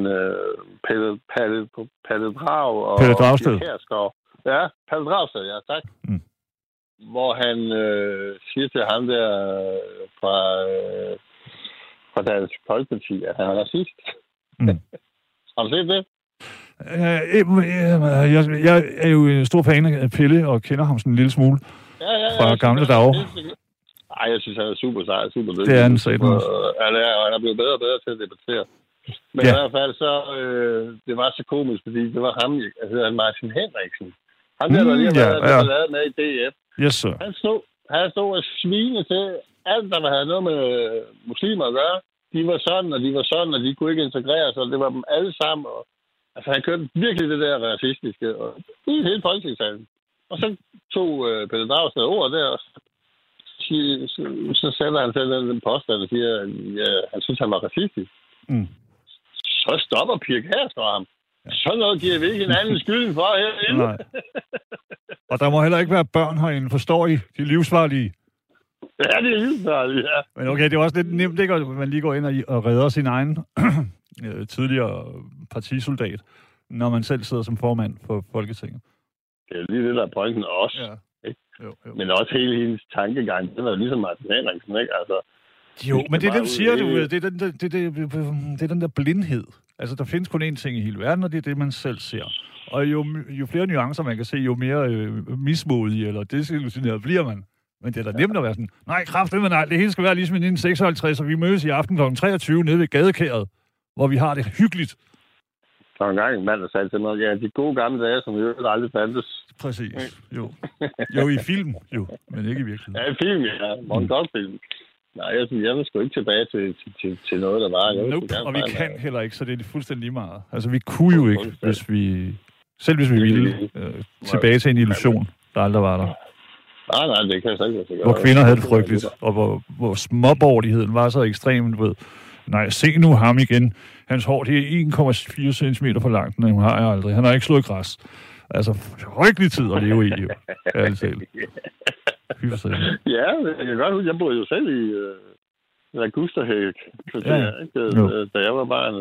Palle Drag og... Pelle Dragsted. Ja, Palle Dragsted, ja, tak. Hvor han siger til ham der fra Dansk Folkeparti, at han er racist. Har du set det? Jeg er jo en stor fan af Pelle, og kender ham sådan en lille smule fra gamle dage. Ej, jeg synes, han er super sej, super dygtig. Det er han sådan også. Og han er blevet bedre og bedre til at debattere. Men i hvert fald så, det var så komisk, fordi det var ham, hedder Martin Henriksen. Han der lige har lavet med i DF. Yes, sir. Han stod og svine til alt, der havde noget med muslimer at gøre. De var sådan, og de var sådan, og de kunne ikke integrere sig. Det var dem alle sammen. Og, altså, han kørte virkelig det der racistiske. Og det er hele folketingssalen. Og så tog Pelle Dragsted ord der, og så sætter han selv den påstand og siger, at han synes, han var racistisk. Så stopper Pia Kjærsgaard ham. Sådan noget giver vi ikke en anden skylden for herinde. Nej. Og der må heller ikke være børn herinde, forstår I? De er livsfarlige. Ja, det er livsfarlige, ja. Men okay, det er også lidt nemt, ikke? At man lige går ind og redder sin egen tidligere partisoldat, når man selv sidder som formand for Folketinget. Det er lige det, der er pointen også. Ja. Jo. Men også hele hendes tankegang, det var ligesom Martin Henriksen, ikke? Altså, jo, men det er det, du siger, det er den der blindhed. Altså, der findes kun én ting i hele verden, og det er det, man selv ser. Og jo flere nuancer man kan se, jo mere mismodig eller desillusioneret bliver man. Men det er da nemt at være sådan, nej, kraftedeme nej, det hele skal være ligesom i 1956, og vi mødes i aften kl. 23 nede ved gadekæret, hvor vi har det hyggeligt. Der var en gang en mand, der sagde til mig, ja, de gode gamle dage, som jo aldrig fandtes. Præcis, jo. Jo, i film, jo, men ikke i virkeligheden. Ja, i film, ja. Morgendogfilm. Nej, jeg vil sgu ikke tilbage til noget, der var. Nope, og vi kan heller ikke, så det er fuldstændig lige meget. Altså, vi kunne jo ikke, hvis vi ville, tilbage til en illusion, der aldrig var der. Nej, det kan jeg så ikke. Hvor kvinder havde det frygteligt, og hvor småborgerligheden var så ekstrem, du ved. Nej, se nu ham igen. Hans hår, det er 1,4 cm for langt, men hun har jeg aldrig. Han har ikke slået græs. Altså, frygtelig tid at leve i, jo. Ærligt talt. Ja, jeg kan godt huske, jeg boede jo selv i Augusterhæk, da jeg var barn.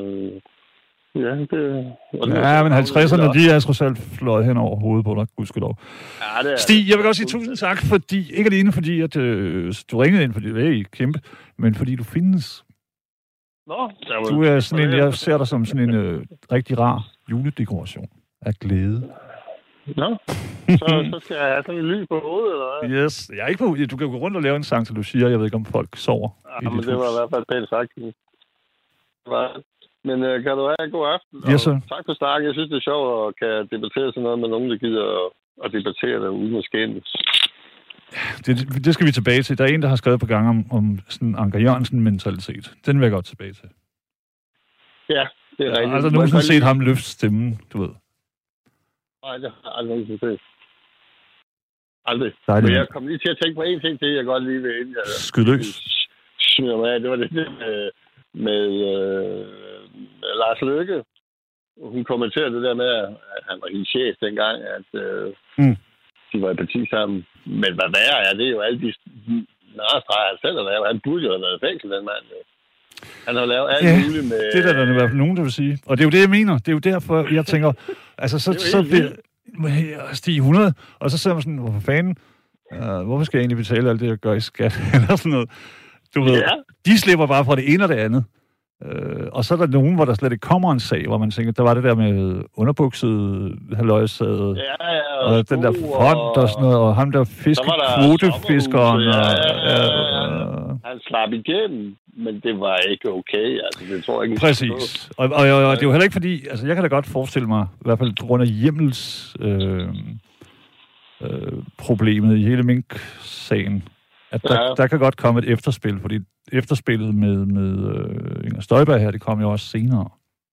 Ja, men 50'erne, de er trods alt fløjet hen over hovedet på dig, gudskelov. Ja, det er Stig, jeg vil godt sige tusind tak, fordi, ikke alene fordi, at du ringede ind, fordi det er kæmpe, men fordi du findes. Du er sådan en, jeg ser dig som sådan en rigtig rar juledekoration af glæde. Nå, så skal jeg have sådan en lys på hovedet, eller hvad? Yes, jeg er ikke på. Du kan gå rundt og lave en sang, så du siger, jeg ved ikke, om folk sover. Ja, men det var i hvert fald pænt sagt. Men kan du have en god aften? Ja, så. Tak for snakken. Jeg synes, det er sjovt at kan debattere sådan noget med nogen, der gider at debattere det uden at skændes. Det skal vi tilbage til. Der er en, der har skrevet på gang om sådan Anker Jørgensen-mentalitet. Den vil jeg godt tilbage til. Ja, det er rigtigt. Jeg har aldrig nogensinde set ham løfte stemmen, du ved. Nej, det har jeg aldrig nogensinde set. Aldrig. Dejligt. Men jeg kom lige til at tænke på en ting til, jeg godt lige vil ind. Skyd løs. Det var det med Lars Løkke. Hun kommenterede det der med, at han var hendes chef dengang, at de var i parti sammen. Men hvad værre er, det er jo alle de narestreger, han selv har lavet. Han burde jo have været fængsel, den mand. Han har lavet alt muligt med... det er der i hvert fald nogen, der vil sige. Og det er jo det, jeg mener. Det er jo derfor, jeg tænker... Altså, så bliver Stig 100, og så sidder man sådan, hvorfor fanden? Hvorfor skal jeg egentlig betale alt det, jeg gør i skat? Eller sådan noget. Du ved, de slipper bare fra det ene og det andet. Og så er der nogen, hvor der slet ikke kommer en sag, hvor man tænker, der var det der med underbukset, halløjsade, og den der front og sådan noget, og ham der kvotefiskeren. Han slap igennem, men det var ikke okay. Altså, det tror jeg ikke. Præcis. Og det er jo heller ikke fordi, altså jeg kan da godt forestille mig, i hvert fald på grund af hjemmels problemet i hele Mink-sagen, at der kan godt komme et efterspil, fordi efterspillet med Inger Støjberg her, det kom jo også senere.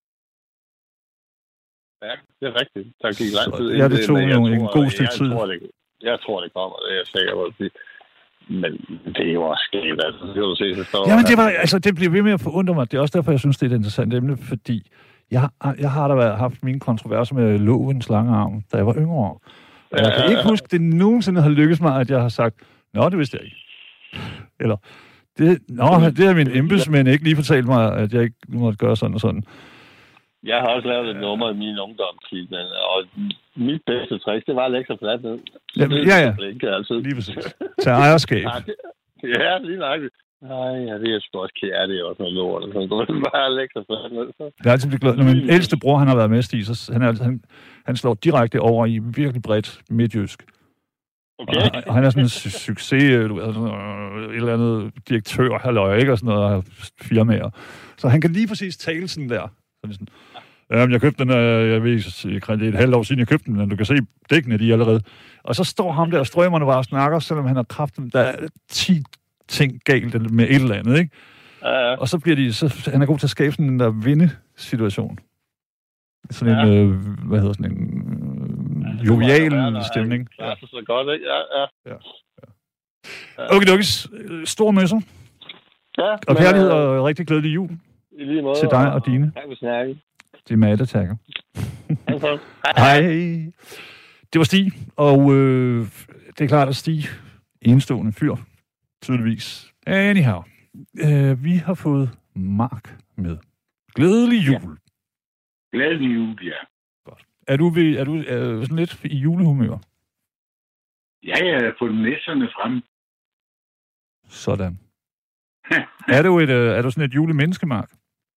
Ja, det er rigtigt. Der gik lang tid. Ja, det tog jo en god stykke tid. Jeg tror, det kommer, det er jeg sikker på. Men det er jo også skægt, altså. Det kan du se, så står jamen, det var, altså, det bliver ved med at forundre mig. Det er også derfor, jeg synes, det er et interessant emne, fordi jeg har da haft mine kontroverser med lovens lange arm, da jeg var yngre. Jeg kan ikke huske, det nogensinde har lykkes mig, at jeg har sagt, nå, det vidste jeg ikke. Eller, det har min embedsmænd ikke lige fortalt mig, at jeg ikke måtte gøre sådan og sådan. Jeg har også lavet et nummer i min ungdomstid, og mit bedste trick, det var at lægge sig fladt ned. Ja. Lige præcis. Tag ejerskab. Ja, lige nøjagtigt. Nej, det er sgu også kære, det er også noget lort. Du vil bare lægge sig fladt ned. Jeg er altid blevet glad. Når min ældste bror, han har været med i, så han slår direkte over i virkelig bredt midtjysk. Okay. Og han er sådan en succes, du ved, et eller andet direktør, halløj, ikke? Og sådan noget firmaer. Så han kan lige præcis tale sådan der. Sådan, jeg købte den, jeg ved ikke, det er et halvt år siden, jeg købte den, men du kan se dækkene, de allerede. Og så står ham der og strømmerne bare og snakker, selvom han har kraften, der er 10 ting galt med et eller andet, ikke? Ja. Og så bliver han er god til at skabe sådan en der vinde-situation. Sådan en, hvad hedder sådan en jovial stemning. Ja, så godt, ikke? Ja. Okay, stor møsser. Ja. Og kærlighed og rigtig glædelig jul. I lige måde. Til dig og dine. Tak for snakken. Det er Maja, der takker. Hej. Det var Stig, og det er klart, at Stig, enestående fyr, tydeligvis. Anyhow, vi har fået Mark med. Glædelig jul. Ja. Glædelig jul, ja. Godt. Er du sådan lidt i julehumør? Ja, jeg har fået nisserne frem. Sådan. Er du sådan et julemenneske, Mark?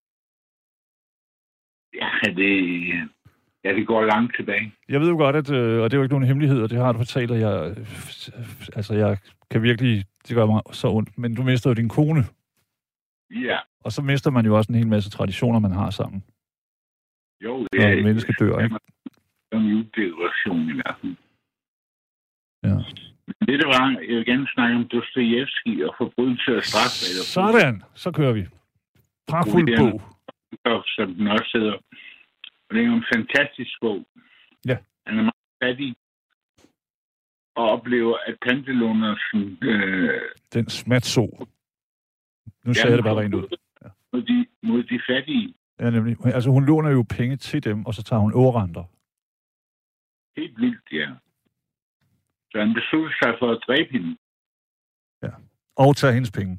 Ja, det går langt tilbage. Jeg ved jo godt, at, og det er jo ikke nogen hemmelighed, og det har du fortalt, at jeg kan virkelig, det gør mig så ondt, men du mister jo din kone. Ja. Og så mister man jo også en hel masse traditioner, man har sammen. Jo, det er... Når mennesker dør, ikke? Det er en juledekoration i verden. Ja. Det var, jeg vil gerne snakke om Dostojevskij og forbrydelse og straf. Sådan, så kører vi. Pragtfuld bog. Som den også hedder. Og det er jo en fantastisk bog. Ja. Han er meget fattig. og oplever, at pantelånersen... Den smatso. Nu sagde jeg det bare rent ud. Ja. Mod de fattige. Ja, nemlig. Altså, hun låner jo penge til dem, og så tager hun årrenter. Helt vildt, ja. Så han besluttede sig for at dræbe hende. Ja. Og tage hendes penge.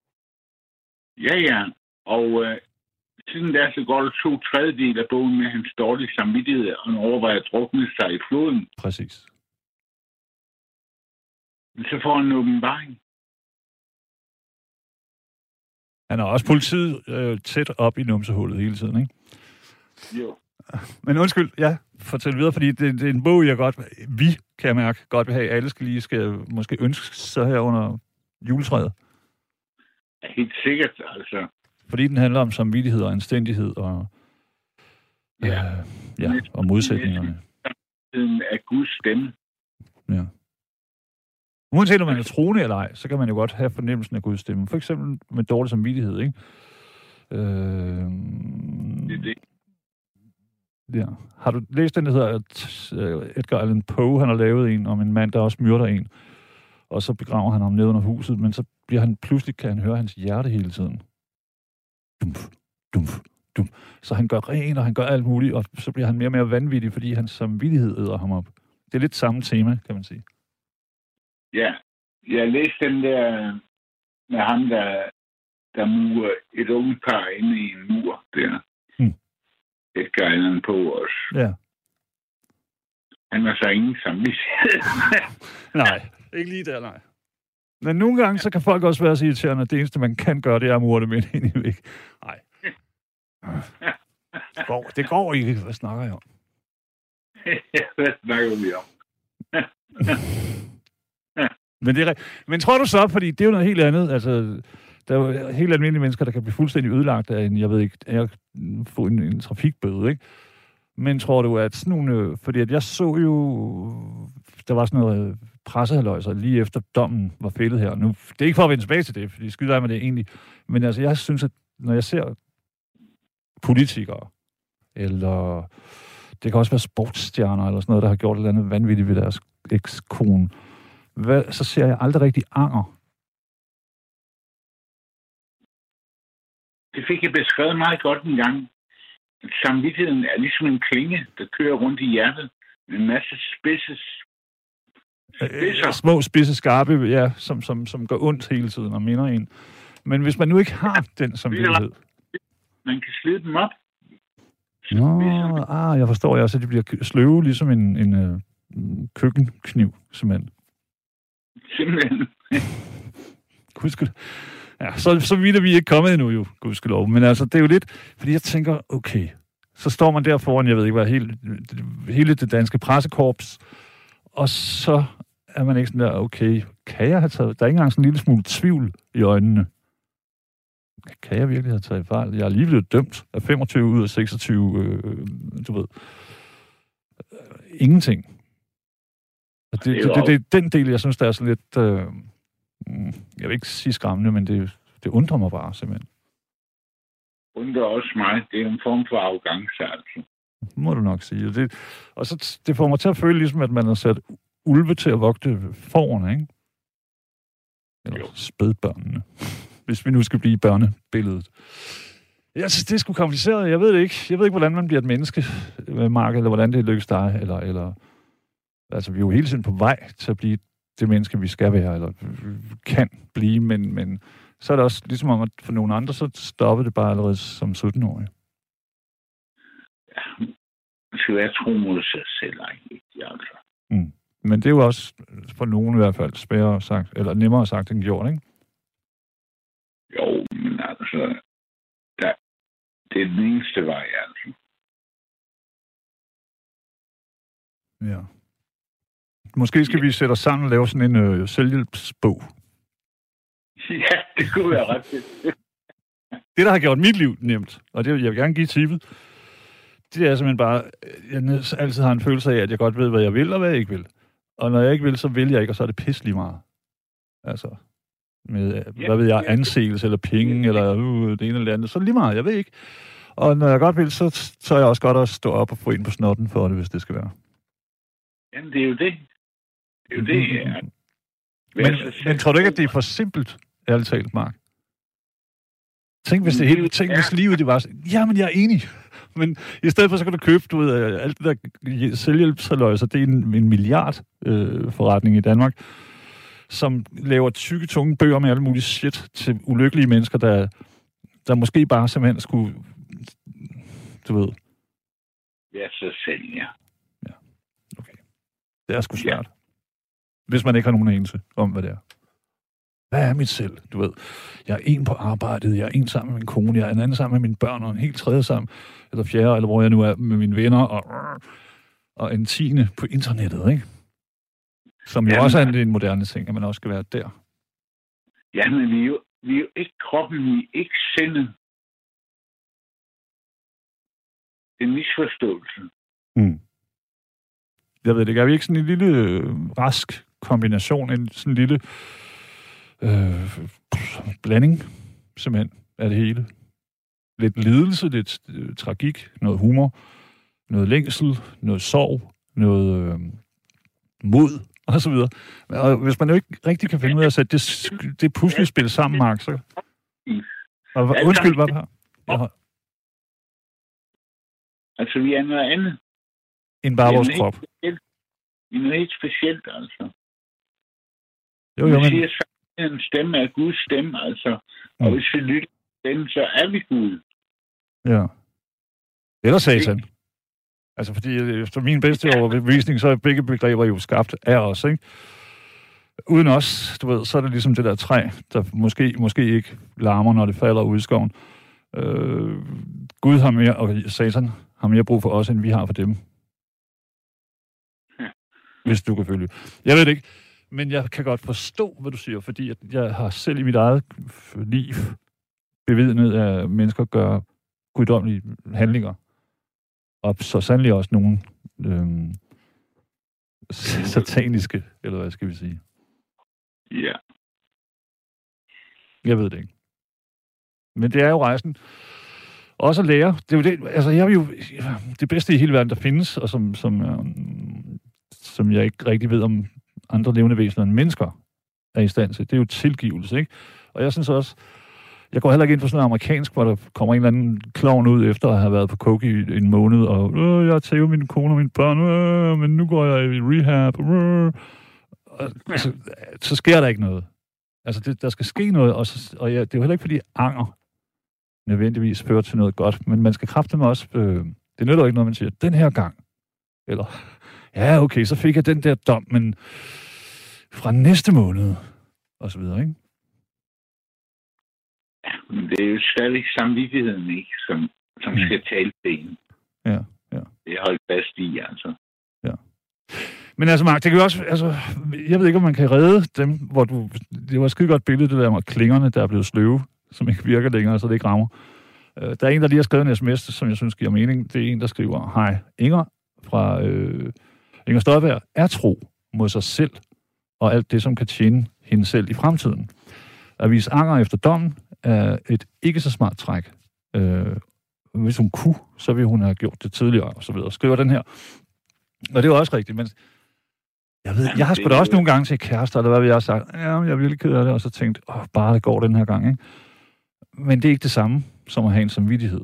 Ja. Og siden der, så går det 2/3 af bogen med hans dårlige samvittighed, og han overvejer at drukne sig i floden. Præcis. Men så får han en åbenbaring. Han har også politiet tæt op i numsehullet hele tiden, ikke? Jo. Men undskyld, ja, fortæl videre, fordi det er en bog, vi kan mærke, godt vil have. Alle skal måske ønske sig her under juletræet. Helt sikkert, altså. Fordi den handler om samvittighed og anstændighed og, og modsætningerne. Af Guds stemme. Ja. Uanset om man er troende eller ej, så kan man jo godt have fornemmelsen af Guds stemme. For eksempel med dårlig samvittighed, ikke? Det er det. Ja. Har du læst den, der hedder Edgar Allan Poe? Han har lavet en om en mand, der også myrder en. Og så begraver han ham ned under huset, men så bliver han pludselig, kan han høre hans hjerte hele tiden. Dumf, dumf, dumf. Så han gør ren, og han gør alt muligt, og så bliver han mere og mere vanvittig, fordi hans samvittighed æder ham op. Det er lidt samme tema, kan man sige. Ja, jeg læste den der med ham, der murer et unge par inde i en mur der. Edgar Allan Poe også. Ja. Han var så ingen samvittighed. Nej, ikke lige der, nej. Men nogle gange, så kan folk også være så irriterende, at det eneste, man kan gøre, det er at mure dem ind i væk. Nej. Det går ikke. Hvad snakker jeg om? Hvad snakker vi om? Men tror du så, fordi det er jo noget helt andet, altså, der er jo helt almindelige mennesker, der kan blive fuldstændig ødelagt af få en trafikbøde, ikke? Men tror du, at sådan nogle... Fordi at jeg så jo... Der var sådan noget pressehalløjser lige efter dommen var fældet her. Nu, det er ikke for at vende tilbage til det, fordi skyder jeg med det egentlig. Men altså, jeg synes, at når jeg ser politikere, eller det kan også være sportsstjerner, eller sådan noget, der har gjort et eller andet vanvittigt ved deres ekskone, så ser jeg aldrig rigtig anger. Det fik jeg beskrevet meget godt en gang. Samvittigheden er ligesom en klinge, der kører rundt i hjertet med en masse spidser. Små spidse skarpe, ja, som går ondt hele tiden og minder en. Men hvis man nu ikke har den samvittighed... Man kan slide dem op. Jeg forstår jeg også, at de bliver sløve ligesom en køkkenkniv, simpelthen. Simpelthen. Gudskelov. Ja, så vidt er vi ikke kommet endnu, jo, gudskelov. Men altså, det er jo lidt... Fordi jeg tænker, okay, så står man der foran, jeg ved ikke hvad, hele det danske pressekorps, og så er man ikke sådan der, okay, kan jeg have taget... Der er ikke engang sådan en lille smule tvivl i øjnene. Kan jeg virkelig have taget fejl? Jeg er lige blevet dømt af 25 ud af 26, du ved. Ingenting. Det er den del, jeg synes, der er sådan lidt... jeg vil ikke sige skræmmende, men det undrer mig bare, simpelthen. Undrer også mig. Det er en form for arrogance, altså. Må du nok sige. Og så det får mig til at føle, ligesom at man har sat ulve til at vogte fårene, ikke? Eller spædbørnene. Hvis vi nu skal blive børnebilledet. Jeg synes, det er sgu kompliceret. Jeg ved det ikke. Jeg ved ikke, hvordan man bliver et menneske, Mark, eller hvordan det lykkes dig, eller... Altså, vi er jo hele tiden på vej til at blive det menneske, vi skal være, eller kan blive, men så er det også ligesom om, at for nogle andre, så stopper det bare allerede som 17-årig. Ja, man skal være tro mod sig selv, ikke? Altså. Men det er jo også, for nogen i hvert fald, sværere sagt, eller nemmere sagt end gjort, ikke? Jo, men altså, det er den eneste vej, altså. Ja. Måske skal vi sætte os sammen og lave sådan en selvhjælpsbog. Ja, det kunne være ret fedt. Det, der har gjort mit liv nemt, og det jeg vil gerne give tippet, det er simpelthen bare, jeg altid har en følelse af, at jeg godt ved, hvad jeg vil og hvad jeg ikke vil. Og når jeg ikke vil, så vil jeg ikke, og så er det pisselig meget. Altså, med, hvad ved jeg, anseelse eller penge, eller det ene eller andet, så lige meget, jeg ved ikke. Og når jeg godt vil, så er jeg også godt at stå op og få ind på snotten for det, hvis det skal være. Jamen, det er jo det. Det er jo det, Men tror du ikke, at det er for simpelt, ærligt talt, Mark? Tænk, hvis hvis livet det var... Jamen, jeg er enig. Men i stedet for, så kan du købe, du ved, alt det der selvhjælpshalløj, så det er en milliard forretning i Danmark, som laver tykke, tunge bøger med alle mulige shit til ulykkelige mennesker, der måske bare simpelthen skulle... Du ved... Ja, så selv, ja. Ja, okay. Det er sgu svært. Ja. Hvis man ikke har nogen anelse om, hvad det er. Hvad er mit selv? Du ved, jeg er en på arbejdet, jeg er en sammen med min kone, jeg er en anden sammen med mine børn, og en helt tredje sammen, eller fjerde, eller hvor jeg nu er med mine venner, og en tiende på internettet, ikke? Som jo også er en moderne ting, at man også skal være der. Ja, men vi er jo ikke kroppen, vi er ikke sindet. Det er misforståelse. Mm. Jeg ved det ikke. Er vi ikke sådan en lille rask kombination, en sådan en lille blanding, simpelthen, af det hele? Lidt lidelse, lidt tragik, noget humor, noget længsel, noget sorg, noget mod, og så videre. Og hvis man jo ikke rigtig kan finde ud af at sætte det puslespil sammen, Mark, så... Og, undskyld, hvad her? Altså, vi er noget andet. End bare vores krop. Vi er noget helt specielt, altså. Jo, men... siger, at en stemme er Guds stemme, altså. Og hvis vi lytter til den, så er vi Gud. Ja. Eller Satan. Altså, fordi efter min bedste overbevisning, så er begge begreber jo skabt af os, ikke? Uden os, du ved, så er det ligesom det der træ, der måske ikke larmer, når det falder ud i skoven. Gud har mere, og Satan har mere brug for os, end vi har for dem. Ja. Hvis du kan følge. Jeg ved det ikke, men jeg kan godt forstå, hvad du siger, fordi jeg har selv i mit eget liv bevidnet, at mennesker gør guddommelige handlinger. Og så sandelig også nogle sataniske, eller hvad skal vi sige? Ja. Jeg ved det ikke. Men det er jo rejsen. Også at lære. Det er jo det, altså jeg er jo det bedste i hele verden, der findes, og som jeg ikke rigtig ved, om andre levende væsener end mennesker er i stand til. Det er jo tilgivelse, ikke? Og jeg synes også, jeg går heller ikke ind for sådan noget amerikansk, hvor der kommer en eller anden klovn ud efter at have været på coke i en måned, og jeg har tævet min kone og mine børn, men nu går jeg i rehab. Altså, så sker der ikke noget. Altså, der skal ske noget, og det er jo heller ikke, fordi anger nødvendigvis fører til noget godt, men man skal kraftedeme også, det nytter jo ikke noget, man siger, den her gang, eller, ja, okay, så fik jeg den der dom, men fra næste måned, og så videre, ikke? Ja, men det er jo stadig samvittigheden, ikke, som skal tale til en. Ja. Det er holdt fast i, altså. Ja. Men altså, Mark, det kan jo også, altså, jeg ved ikke, om man kan redde dem, hvor det var et skide godt billede, det der med klingerne, der er blevet sløve, som ikke virker længere, så det ikke rammer. Der er en, der lige har skrevet en sms, som jeg synes giver mening. Det er en, der skriver, hej, Inger fra Inger Støjberg er tro mod sig selv, og alt det, som kan tjene hende selv i fremtiden. At vise anger efter dommen er et ikke så smart træk. Hvis hun kunne, så ville hun have gjort det tidligere, og så videre. Skriver den her. Og det er jo også rigtigt, men jeg har sgu da også nogle gange til kærester, eller hvad jeg har sagt, ja, jeg er virkelig ked af det, og så tænkt, bare det går den her gang, ikke? Men det er ikke det samme, som at have en samvittighed.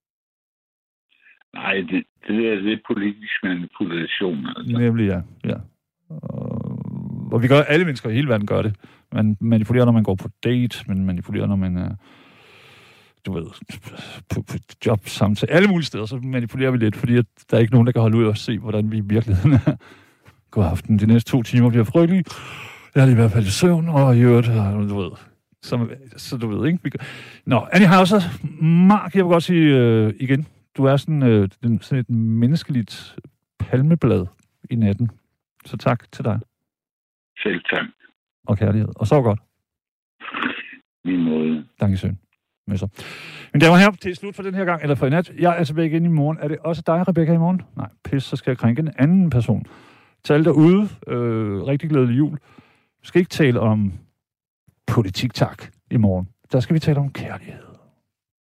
Nej, det er politisk manipulation. Altså. Nemlig, ja. Og vi gør, alle mennesker i hele verden gør det. Man manipulerer, når man går på date, man manipulerer, når man er, du ved, på jobsamtale, alle mulige steder, så manipulerer vi lidt, fordi at der er ikke nogen, der kan holde ud og se, hvordan vi i virkeligheden er. God aften. De næste 2 timer bliver frygtelige. Jeg er i hvert fald i søvn, og i øvrigt, du ved. Så du ved, ikke? Nå, Annie har også... Mark, jeg vil godt sige igen, du er sådan et menneskeligt palmeblad i natten. Så tak til dig. Selv tak. Og kærlighed. Og så godt. Min måde. Danke schön. Messer. Men damer og herrer, det er slut for den her gang, eller for i nat. Jeg er tilbage igen i morgen. Er det også dig, Rebecca, i morgen? Nej, pis, så skal jeg krænke en anden person. Til alle derude, rigtig glædelig jul. Vi skal ikke tale om politik, tak, i morgen. Der skal vi tale om kærlighed.